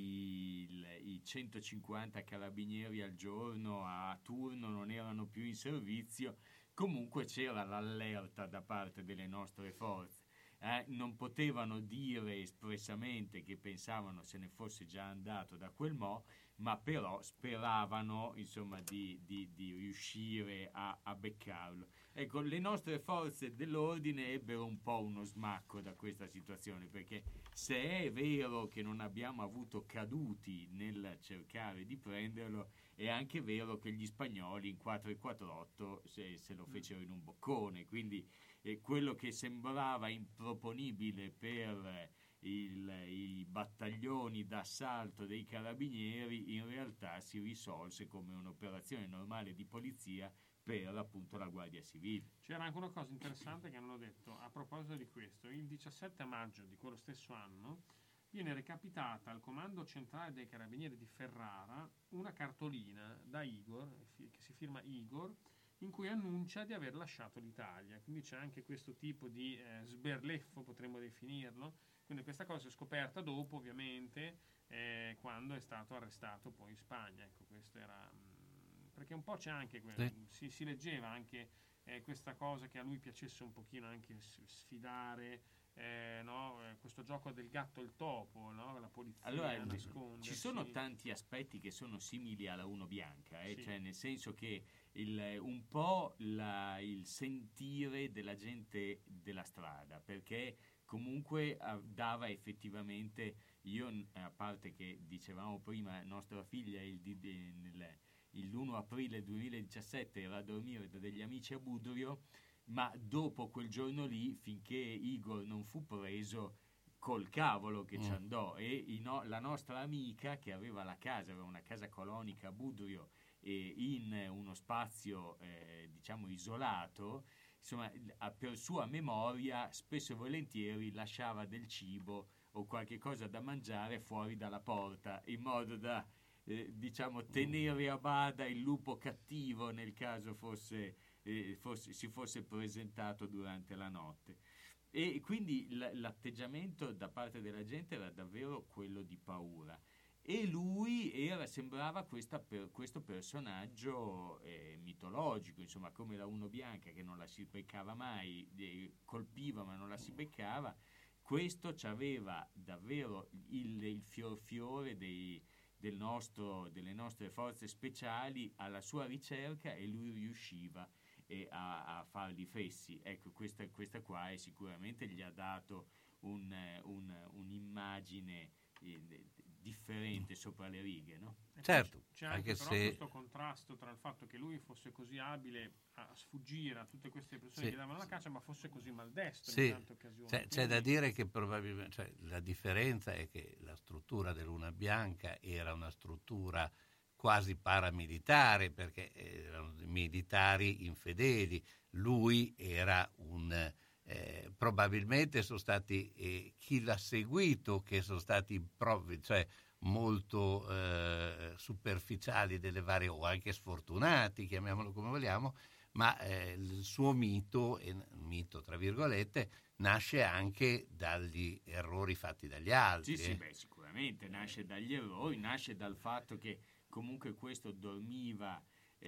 [SPEAKER 1] I, i centocinquanta carabinieri al giorno a turno non erano più in servizio, comunque c'era l'allerta da parte delle nostre forze. Eh, non potevano dire espressamente che pensavano se ne fosse già andato da quel mo', ma però speravano insomma di, di, di riuscire a, a beccarlo. Ecco, le nostre forze dell'ordine ebbero un po' uno smacco da questa situazione, perché se è vero che non abbiamo avuto caduti nel cercare di prenderlo, è anche vero che gli spagnoli in quattro e quarantotto se, se lo fecero in un boccone, quindi eh, quello che sembrava improponibile per il, i battaglioni d'assalto dei carabinieri in realtà si risolse come un'operazione normale di polizia per appunto la Guardia Civile.
[SPEAKER 7] C'era anche una cosa interessante che hanno detto a proposito di questo: il diciassette maggio di quello stesso anno viene recapitata al comando centrale dei carabinieri di Ferrara una cartolina da Igor, che si firma Igor, in cui annuncia di aver lasciato l'Italia. Quindi c'è anche questo tipo di eh, sberleffo, potremmo definirlo. Quindi questa cosa si è scoperta dopo, ovviamente, eh, quando è stato arrestato poi in Spagna. Ecco, questo era mh, perché un po' c'è anche que-
[SPEAKER 5] Sì.
[SPEAKER 7] si, si leggeva anche eh, questa cosa che a lui piacesse un pochino anche sfidare, eh, no? eh, questo gioco del gatto e il topo, no? La polizia
[SPEAKER 1] allora,
[SPEAKER 7] nascondersi.
[SPEAKER 1] ci sono tanti aspetti che sono simili alla Uno Bianca, eh?
[SPEAKER 7] Sì.
[SPEAKER 1] Cioè, nel senso che il, un po' la, il sentire della gente della strada, perché comunque eh, dava effettivamente, io a parte che dicevamo prima nostra figlia il, il, il, il l'primo aprile duemiladiciassette era a dormire da degli amici a Budrio, ma dopo quel giorno lì, finché Igor non fu preso, col cavolo che mm. ci andò, e i no, la nostra amica che aveva la casa, aveva una casa colonica a Budrio e in uno spazio eh, diciamo isolato, insomma, per sua memoria spesso e volentieri lasciava del cibo o qualche cosa da mangiare fuori dalla porta, in modo da eh, diciamo tenere a bada il lupo cattivo nel caso fosse, eh, fosse, si fosse presentato durante la notte. E quindi l- l'atteggiamento da parte della gente era davvero quello di paura. E lui era, sembrava questa per, questo personaggio eh, mitologico, insomma, come la Uno Bianca che non la si beccava mai, eh, colpiva ma non la si beccava. Questo c'aveva davvero il, il fior fiore dei, del nostro, delle nostre forze speciali alla sua ricerca, e lui riusciva eh, a, a farli fessi. Ecco, questa, questa qua è sicuramente gli ha dato un, un, un'immagine eh, differente sopra le righe, no?
[SPEAKER 5] Certo,
[SPEAKER 7] c'è anche,
[SPEAKER 5] anche
[SPEAKER 7] però
[SPEAKER 5] se
[SPEAKER 7] questo contrasto tra il fatto che lui fosse così abile a sfuggire a tutte queste persone
[SPEAKER 5] sì.
[SPEAKER 7] che davano la caccia, ma fosse così maldestro
[SPEAKER 5] sì.
[SPEAKER 7] in tante occasioni.
[SPEAKER 5] C'è, c'è da dire che probabilmente, cioè, la differenza è che la struttura dell'Una Bianca era una struttura quasi paramilitare, perché erano militari infedeli. Lui era un eh, probabilmente sono stati eh, chi l'ha seguito che sono stati provi, cioè molto eh, superficiali delle varie, o anche sfortunati, chiamiamolo come vogliamo, ma eh, il suo mito, e mito tra virgolette, nasce anche dagli errori fatti dagli altri.
[SPEAKER 1] Sì, sì, beh, sicuramente nasce dagli errori, nasce dal fatto che comunque questo dormiva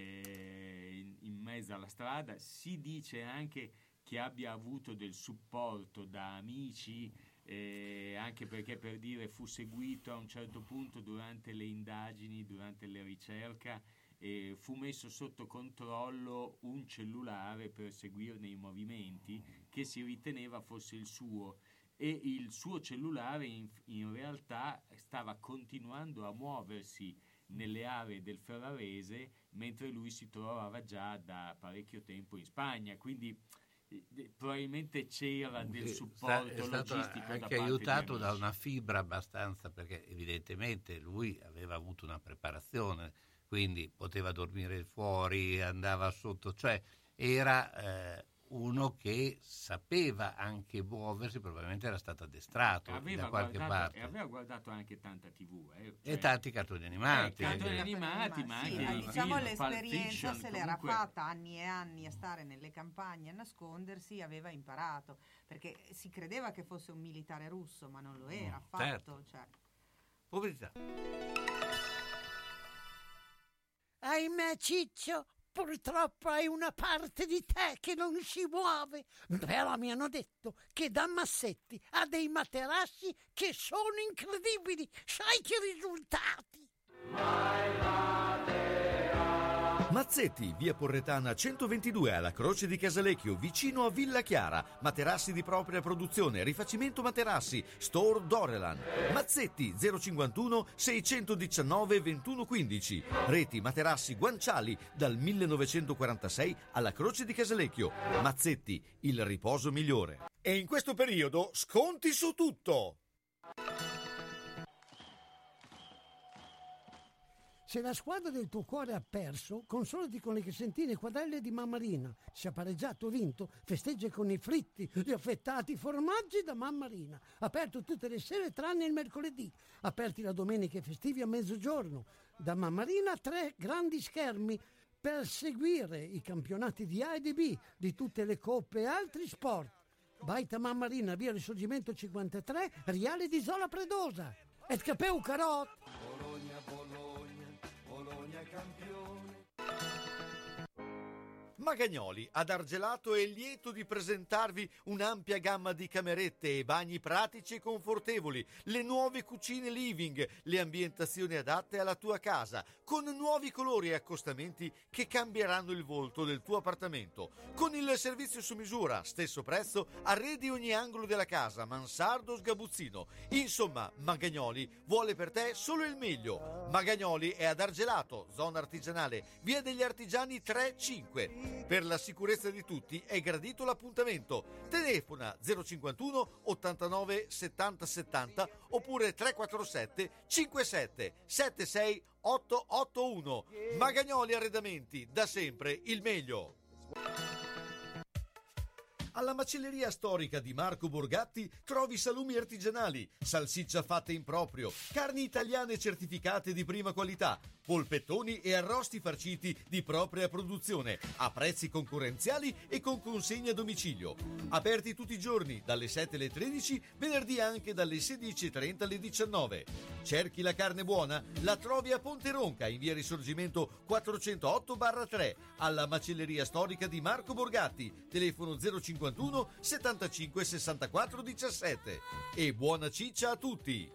[SPEAKER 1] eh, in, in mezzo alla strada. Si dice anche che abbia avuto del supporto da amici, eh, anche perché, per dire, fu seguito a un certo punto durante le indagini, durante le ricerche, e fu messo sotto controllo un cellulare per seguirne i movimenti che si riteneva fosse il suo, e il suo cellulare in, in realtà stava continuando a muoversi nelle aree del Ferrarese mentre lui si trovava già da parecchio tempo in Spagna, quindi eh, probabilmente c'era del supporto
[SPEAKER 5] è stato
[SPEAKER 1] logistico da
[SPEAKER 5] anche
[SPEAKER 1] parte
[SPEAKER 5] aiutato
[SPEAKER 1] di
[SPEAKER 5] da
[SPEAKER 1] amici.
[SPEAKER 5] una fibra abbastanza, perché evidentemente lui aveva avuto una preparazione, quindi poteva dormire fuori, andava sotto, cioè era eh, uno che sapeva anche muoversi, probabilmente era stato addestrato
[SPEAKER 1] Aveva
[SPEAKER 5] da qualche
[SPEAKER 1] guardato,
[SPEAKER 5] parte.
[SPEAKER 1] e aveva guardato anche tanta tivù, eh,
[SPEAKER 5] E
[SPEAKER 1] cioè-
[SPEAKER 5] tanti cartoni animati.
[SPEAKER 1] Eh, cartoni
[SPEAKER 5] Eh,
[SPEAKER 1] animati, ma
[SPEAKER 6] Sì,
[SPEAKER 1] anche
[SPEAKER 6] ma
[SPEAKER 1] dei
[SPEAKER 6] diciamo
[SPEAKER 1] film, Pulp
[SPEAKER 6] l'esperienza
[SPEAKER 1] Fiction,
[SPEAKER 6] se l'era
[SPEAKER 1] comunque-
[SPEAKER 6] fatta anni e anni a stare nelle campagne a nascondersi, aveva imparato, perché si credeva che fosse un militare russo, ma non lo era
[SPEAKER 5] Mm,
[SPEAKER 6] affatto.
[SPEAKER 5] certo.
[SPEAKER 6] Cioè.
[SPEAKER 5] Pubblicità.
[SPEAKER 11] Ahimè, Ciccio, purtroppo hai una parte di te che non si muove. Però mi hanno detto che da Massetti ha dei materassi che sono incredibili. Sai che risultati?
[SPEAKER 2] Mazzetti, via Porretana centoventidue, alla Croce di Casalecchio, vicino a Villa Chiara. Materassi di propria produzione, rifacimento materassi, Store Dorelan. Mazzetti zero cinquantuno seicentodiciannove ventuno quindici. Reti materassi guanciali dal millenovecentoquarantasei alla Croce di Casalecchio. Mazzetti, il riposo migliore. E in questo periodo sconti su tutto.
[SPEAKER 11] Se la squadra del tuo cuore ha perso, consolati con le crescentine e quadrelle di Mamma Rina. Se ha pareggiato o vinto, festeggia con i fritti, gli affettati formaggi da Mamma Rina. Aperto tutte le sere tranne il mercoledì. Aperti la domenica e festivi a mezzogiorno. Da Mamma Rina tre grandi schermi per seguire i campionati di A e di B, di tutte le coppe e altri sport. Baita Mamma Rina, via Risorgimento cinquantatré, Riale di Zola Predosa. Et capeu carot!
[SPEAKER 9] Bologna, Bologna, Bologna campione.
[SPEAKER 2] Magagnoli ad Argelato è lieto di presentarvi un'ampia gamma di camerette e bagni pratici e confortevoli, le nuove cucine living, le ambientazioni adatte alla tua casa, con nuovi colori e accostamenti che cambieranno il volto del tuo appartamento. Con il servizio su misura, stesso prezzo, arredi ogni angolo della casa, mansardo, sgabuzzino. Insomma, Magagnoli vuole per te solo il meglio. Magagnoli è ad Argelato, zona artigianale, via degli Artigiani tre cinque. Per la sicurezza di tutti è gradito l'appuntamento. Telefona zero cinquantuno ottantanove settanta settanta oppure tre quattro sette cinque sette sette sei otto otto uno. Magagnoli Arredamenti, da sempre il meglio. Alla macelleria storica di Marco Borgatti trovi salumi artigianali, salsiccia fatta in proprio, carni italiane certificate di prima qualità, polpettoni e arrosti farciti di propria produzione, a prezzi concorrenziali e con consegna a domicilio. Aperti tutti i giorni, dalle sette alle tredici, venerdì anche dalle sedici e trenta alle diciannove. Cerchi la carne buona? La trovi a Ponte Ronca, in via Risorgimento quattrocentootto tre, alla macelleria storica di Marco Borgatti, telefono zero cinquantuno settantacinque sessantaquattro diciassette. E buona ciccia a tutti!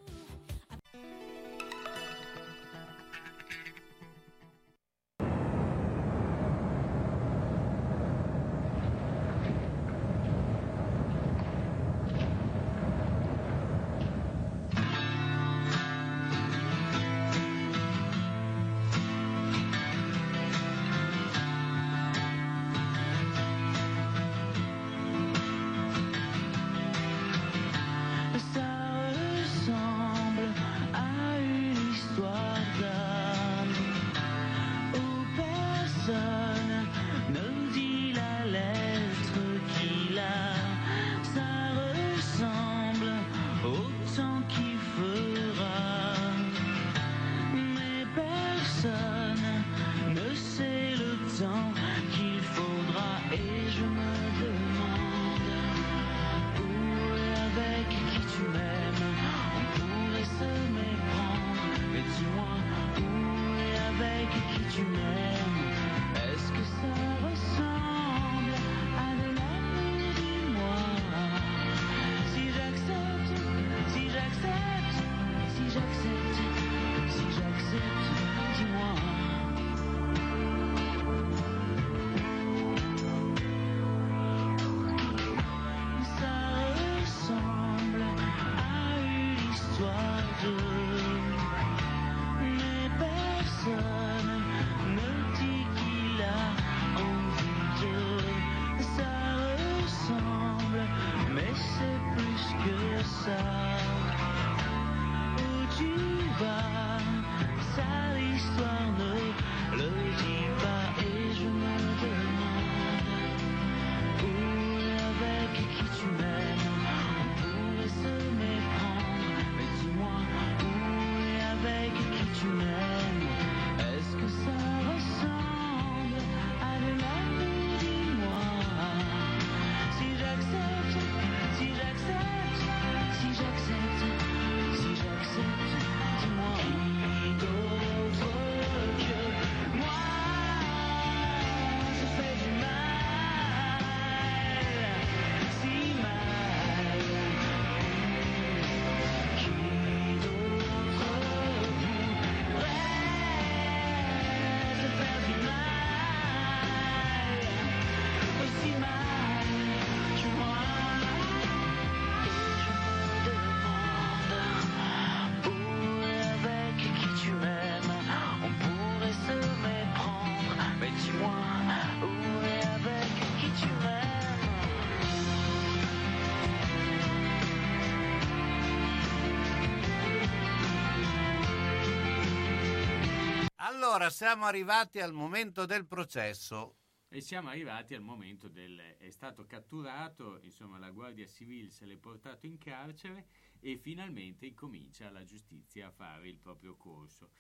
[SPEAKER 5] Allora, siamo arrivati al momento del processo.
[SPEAKER 1] E siamo arrivati al momento del... è stato catturato, insomma la Guardia Civile se l'è portato in carcere e finalmente incomincia la giustizia a fare il proprio corso.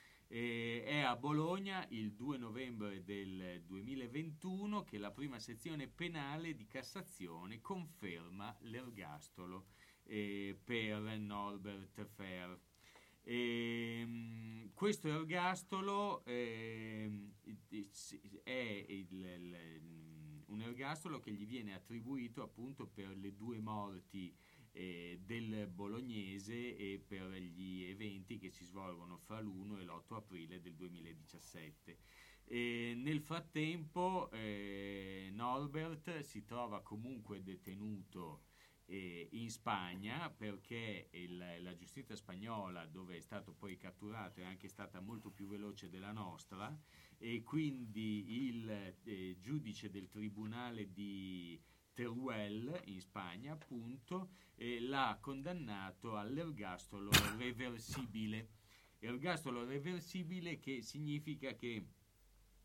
[SPEAKER 1] E è a Bologna il due novembre del duemilaventuno che la prima sezione penale di Cassazione conferma l'ergastolo eh, per Norbert Ferr. E, questo ergastolo eh, è il, il, un ergastolo che gli viene attribuito appunto per le due morti eh, del bolognese e per gli eventi che si svolgono fra l'uno e l'otto aprile del duemiladiciassette. E nel frattempo eh, Norbert si trova comunque detenuto Eh, in Spagna perché il, la giustizia spagnola, dove è stato poi catturato, è anche stata molto più veloce della nostra e quindi il eh, giudice del tribunale di Teruel in Spagna appunto eh, l'ha condannato all'ergastolo reversibile. Ergastolo reversibile che significa che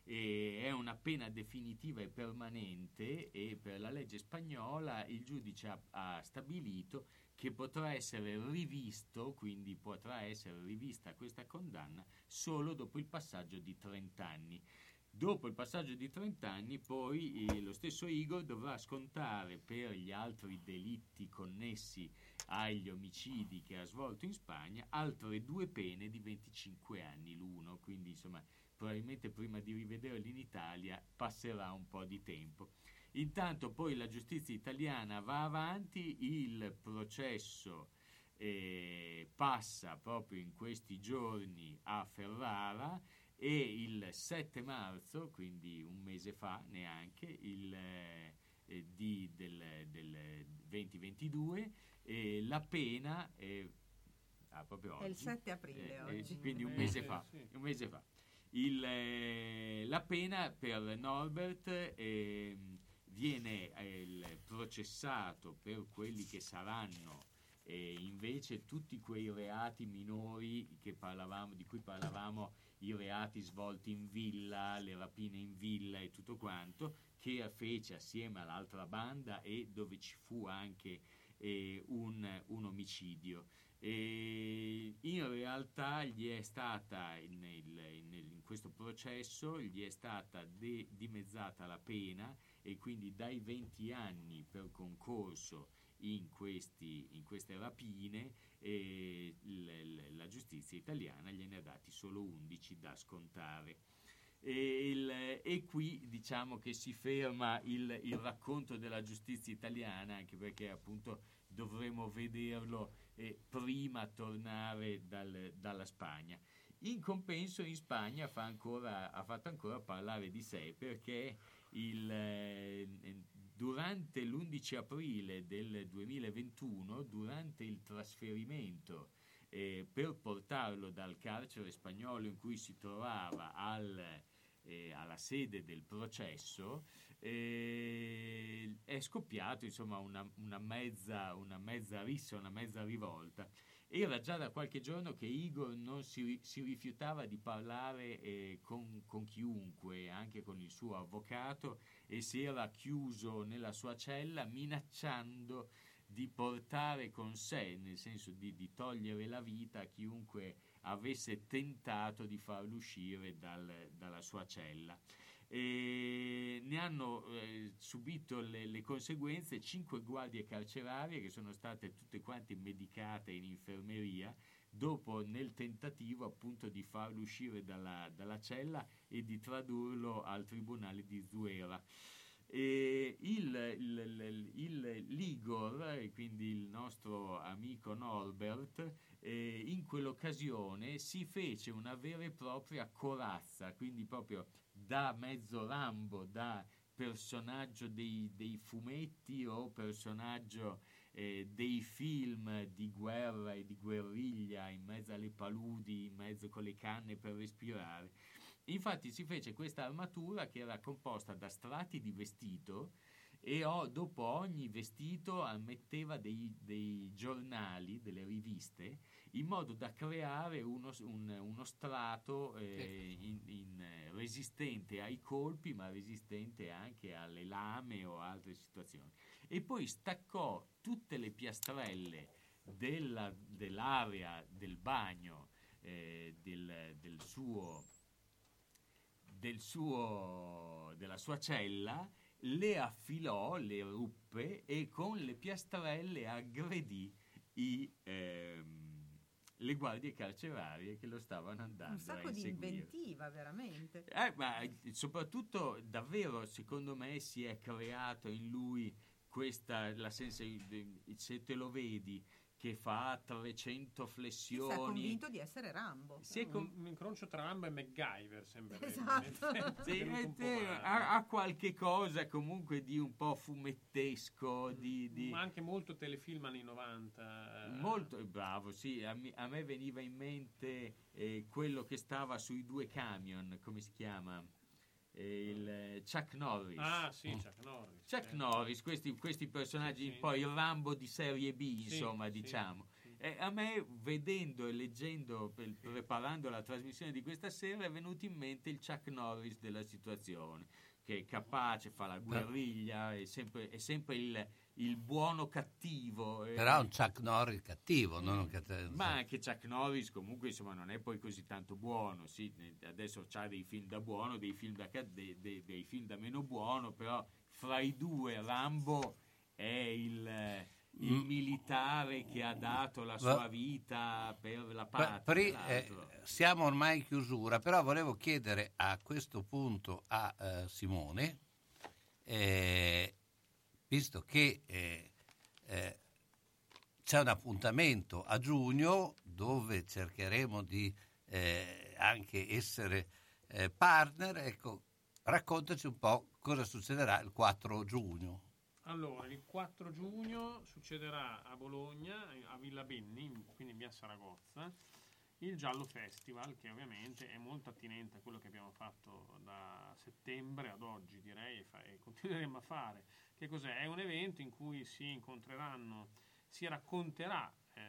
[SPEAKER 1] e è una pena definitiva e permanente, e per la legge spagnola il giudice ha, ha stabilito che potrà essere rivisto, quindi potrà essere rivista questa condanna solo dopo il passaggio di trenta anni. Dopo il passaggio di trenta anni poi eh, lo stesso Igor dovrà scontare per gli altri delitti connessi agli omicidi che ha svolto in Spagna altre due pene di venticinque anni l'uno, quindi insomma probabilmente prima di rivederli in Italia passerà un po' di tempo. Intanto poi la giustizia italiana va avanti, il processo eh, passa proprio in questi giorni a Ferrara, e il sette marzo, quindi un mese fa neanche, il, eh, di, del, del duemilaventidue, eh, la pena è, ah, proprio oggi,
[SPEAKER 6] è il sette aprile
[SPEAKER 1] eh,
[SPEAKER 6] oggi.
[SPEAKER 1] Eh, quindi un mese fa, un mese fa. Il, eh, la pena per Norbert eh, viene eh, processato per quelli che saranno eh, invece tutti quei reati minori che parlavamo, di cui parlavamo, i reati svolti in villa, le rapine in villa e tutto quanto, che fece assieme all'altra banda e dove ci fu anche eh, un, un omicidio. E in realtà gli è stata nel, nel, in questo processo gli è stata de, dimezzata la pena, e quindi dai venti anni per concorso in, questi, in queste rapine e l, l, la giustizia italiana gliene ha dati solo undici da scontare. E, il, e qui diciamo che si ferma il, il racconto della giustizia italiana, anche perché appunto dovremo vederlo eh, prima tornare dal, dalla Spagna. In compenso in Spagna fa ancora, ha fatto ancora parlare di sé, perché il, eh, durante l'undici aprile del duemilaventuno, durante il trasferimento eh, per portarlo dal carcere spagnolo in cui si trovava al, eh, alla sede del processo, eh, è scoppiato insomma una, una, mezza, una mezza rissa, una mezza rivolta. Era già da qualche giorno che Igor non si, si rifiutava di parlare eh, con, con chiunque, anche con il suo avvocato, e si era chiuso nella sua cella minacciando di portare con sé, nel senso di, di togliere la vita a chiunque avesse tentato di farlo uscire dal, dalla sua cella. E ne hanno eh, subito le, le conseguenze cinque guardie carcerarie che sono state tutte quante medicate in infermeria dopo nel tentativo appunto di farlo uscire dalla, dalla cella e di tradurlo al tribunale di Zuera. E il, il, il, l'Igor, quindi il nostro amico Norbert, eh, in quell'occasione si fece una vera e propria corazza, quindi proprio da mezzo Rambo, da personaggio dei, dei fumetti o personaggio eh, dei film di guerra e di guerriglia, in mezzo alle paludi, in mezzo con le canne per respirare. Infatti si fece questa armatura che era composta da strati di vestito, e oh, dopo ogni vestito ammetteva dei, dei giornali, delle riviste, in modo da creare uno, un, uno strato eh, in, in, resistente ai colpi, ma resistente anche alle lame o altre situazioni. E poi staccò tutte le piastrelle della, dell'area del bagno eh, del, del suo del suo della sua cella, le affilò, le ruppe, e con le piastrelle aggredì i, ehm, le guardie carcerarie che lo stavano andando
[SPEAKER 6] un sacco
[SPEAKER 1] a
[SPEAKER 6] di
[SPEAKER 1] inseguire.
[SPEAKER 6] inventiva veramente.
[SPEAKER 1] Eh, ma soprattutto davvero secondo me si è creato in lui questa, la senza, se te lo vedi che fa trecento flessioni,
[SPEAKER 6] si è convinto di essere Rambo.
[SPEAKER 7] Si è con... un incrocio tra Rambo e MacGyver, sembra.
[SPEAKER 6] Esatto.
[SPEAKER 1] Sì, ha, ha qualche cosa comunque di un po' fumettesco, di, di...
[SPEAKER 7] ma anche molto telefilm anni novanta.
[SPEAKER 1] Molto bravo, sì. A me, a me veniva in mente eh, quello che stava sui due camion, come si chiama? Il Chuck Norris.
[SPEAKER 7] Ah sì, Chuck Norris.
[SPEAKER 1] Chuck
[SPEAKER 7] eh.
[SPEAKER 1] Norris, questi, questi personaggi,
[SPEAKER 7] sì, sì.
[SPEAKER 1] Poi il Rambo di serie B,
[SPEAKER 7] sì,
[SPEAKER 1] insomma,
[SPEAKER 7] sì,
[SPEAKER 1] diciamo.
[SPEAKER 7] sì.
[SPEAKER 1] E a me, vedendo e leggendo, per- preparando la trasmissione di questa sera, è venuto in mente il Chuck Norris della situazione, che è capace, fa la guerriglia, è sempre, è sempre il, il buono cattivo. eh.
[SPEAKER 5] Però un Chuck Norris cattivo, non un cattivo.
[SPEAKER 1] Ma anche Chuck Norris comunque insomma non è poi così tanto buono, sì, adesso c'ha dei film da buono, dei film da, ca- dei, dei- dei film da meno buono, però fra i due Rambo è il, il
[SPEAKER 5] Mm.
[SPEAKER 1] militare che ha dato la
[SPEAKER 5] Va-
[SPEAKER 1] sua vita per la
[SPEAKER 5] Pa-
[SPEAKER 1] patria.
[SPEAKER 5] pri-
[SPEAKER 1] tra
[SPEAKER 5] eh,
[SPEAKER 1] l'altro.
[SPEAKER 5] siamo ormai in chiusura, però volevo chiedere a questo punto a eh, Simone, eh, visto che eh, eh, c'è un appuntamento a giugno dove cercheremo di eh, anche essere eh, partner, ecco, raccontaci un po' cosa succederà il quattro giugno.
[SPEAKER 7] Allora, il quattro giugno succederà a Bologna, a Villa Benni, quindi in via Saragozza, il Giallo Festival, che ovviamente è molto attinente a quello che abbiamo fatto da settembre ad oggi, direi, e, fa- e continueremo a fare. Che cos'è? È un evento in cui si incontreranno, si racconterà,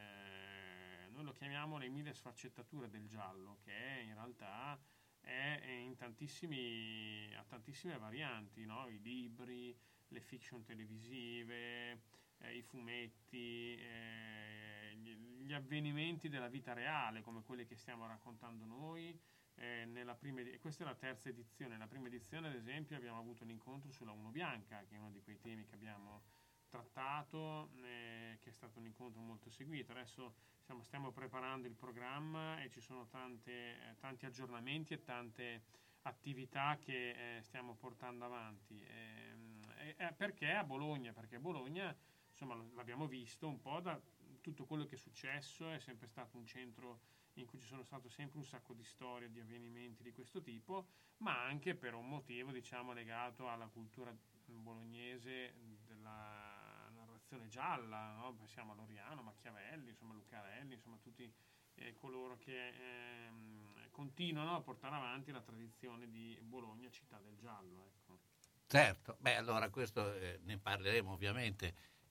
[SPEAKER 7] eh, noi lo chiamiamo le mille sfaccettature del giallo, che è, in realtà è in tantissimi, ha tantissime varianti, no? I libri, le fiction televisive, eh, i fumetti, eh, gli, gli avvenimenti della vita reale come quelli che stiamo raccontando noi. Eh, nella prima ed- questa è la terza edizione. Nella prima edizione, ad esempio, abbiamo avuto un incontro sulla Uno Bianca, che è uno di quei temi che abbiamo trattato, eh, che è stato un incontro molto seguito. Adesso stiamo, stiamo preparando il programma e ci sono tante, eh, tanti aggiornamenti e tante attività che eh, stiamo portando avanti. Ehm, e- e perché a Bologna? Perché a Bologna, insomma, l- l'abbiamo visto un po' da tutto quello che è successo, è sempre stato un centro in cui ci sono stato sempre un sacco di storie, di avvenimenti di questo tipo, ma anche per un motivo, diciamo, legato alla cultura bolognese della narrazione gialla, no? Pensiamo a Loriano, Machiavelli, insomma Lucarelli, insomma tutti eh, coloro che ehm, continuano a portare avanti la tradizione di Bologna, città del giallo. Ecco.
[SPEAKER 5] Certo, beh, allora questo eh, ne parleremo ovviamente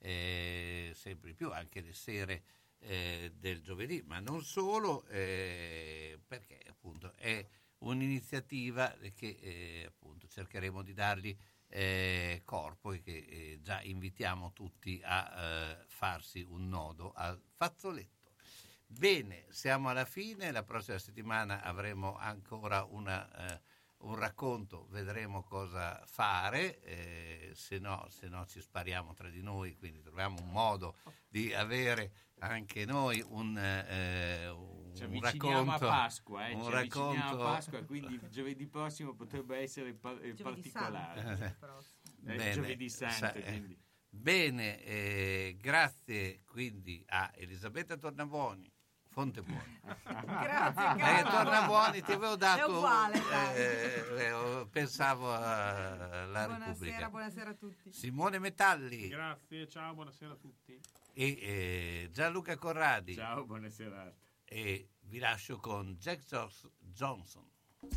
[SPEAKER 5] eh, sempre di più, anche le sere eh, del giovedì, ma non solo, eh, perché appunto è un'iniziativa che eh, appunto cercheremo di dargli eh, corpo e che eh, già invitiamo tutti a eh, farsi un nodo al fazzoletto. Bene, siamo alla fine, la prossima settimana avremo ancora una... Eh, un racconto, vedremo cosa fare, eh, se no, se no ci spariamo tra di noi, quindi troviamo un modo di avere anche noi un, eh, un
[SPEAKER 1] Ci avviciniamo
[SPEAKER 5] racconto.
[SPEAKER 1] a Pasqua, eh,
[SPEAKER 5] un
[SPEAKER 1] ci avviciniamo
[SPEAKER 5] racconto...
[SPEAKER 1] a Pasqua, quindi giovedì prossimo potrebbe essere pa- eh,
[SPEAKER 6] Giovedì
[SPEAKER 1] particolare.
[SPEAKER 6] Santo,
[SPEAKER 1] Eh,
[SPEAKER 5] Bene,
[SPEAKER 1] giovedì santo,
[SPEAKER 5] sa- eh,
[SPEAKER 1] quindi.
[SPEAKER 5] Bene, eh, grazie quindi a Elisabetta Tornabuoni, Fontebuoni.
[SPEAKER 6] Grazie,
[SPEAKER 5] Eh, Tornabuoni, ti avevo dato,
[SPEAKER 6] È uguale, dai.
[SPEAKER 5] eh, eh, pensavo alla
[SPEAKER 6] Buonasera,
[SPEAKER 5] Repubblica.
[SPEAKER 6] buonasera a tutti.
[SPEAKER 5] Simone Metalli
[SPEAKER 7] Grazie, ciao, buonasera a tutti.
[SPEAKER 5] e eh, Gianluca Corradi.
[SPEAKER 1] Ciao, buona serata.
[SPEAKER 5] E vi lascio con Jack Jos- Johnson.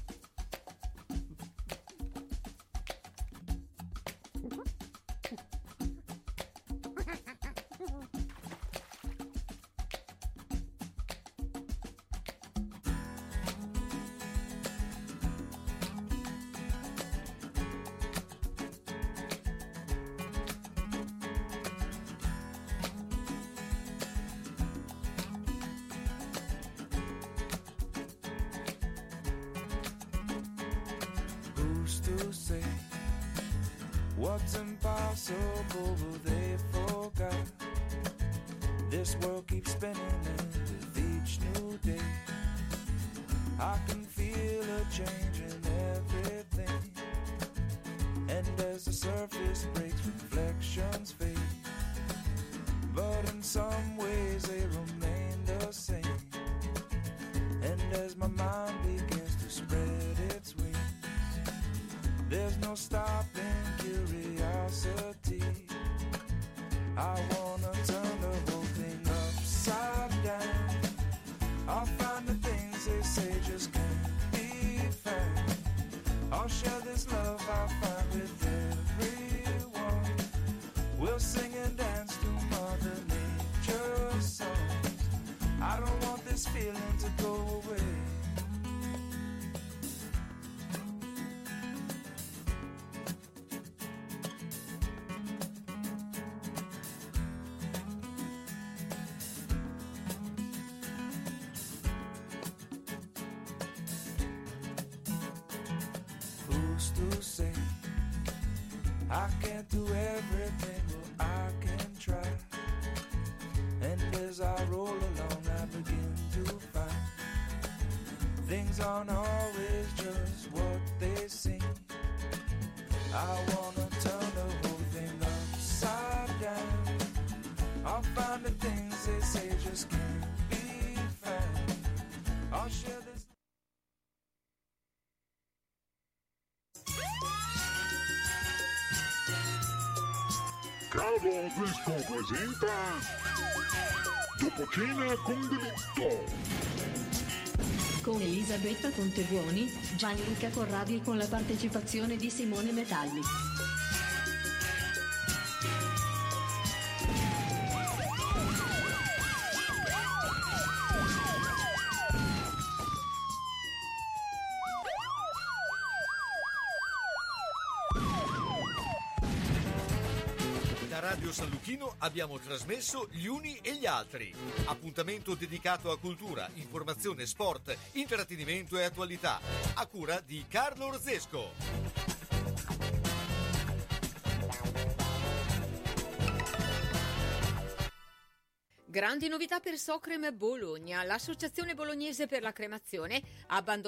[SPEAKER 13] Who's to say what's impossible will they forgot? This world keeps spinning and with each new day I can feel a change in everything. And as the surface breaks, reflections fade, but in some ways they remain the same. And as my mind begins to spread its wings, there's no stopping curiosity. I wanna turn the whole thing upside down. I'll find the things they say just can't be found. I'll share this love I find with everyone. We'll sing and dance to Mother Nature's songs. used to say, I can't do everything, well I can try. And as I roll along I begin to find things aren't always just what they seem. I wanna turn the whole thing upside down. I'll find the things they say just can't be found. I'll share this.
[SPEAKER 3] Carlo Fresco presenta Dopo cena con delitto,
[SPEAKER 4] con Elisabetta Contebuoni, Gianluca Corradi e con la partecipazione di Simone Metalli.
[SPEAKER 2] Da Radio San Luchino abbiamo trasmesso Gli Uni e gli Altri. Appuntamento dedicato a cultura, informazione, sport, intrattenimento e attualità. A cura di Carlo Orzesco.
[SPEAKER 8] Grandi novità per Socrem Bologna. L'associazione bolognese per la cremazione ha abbandonato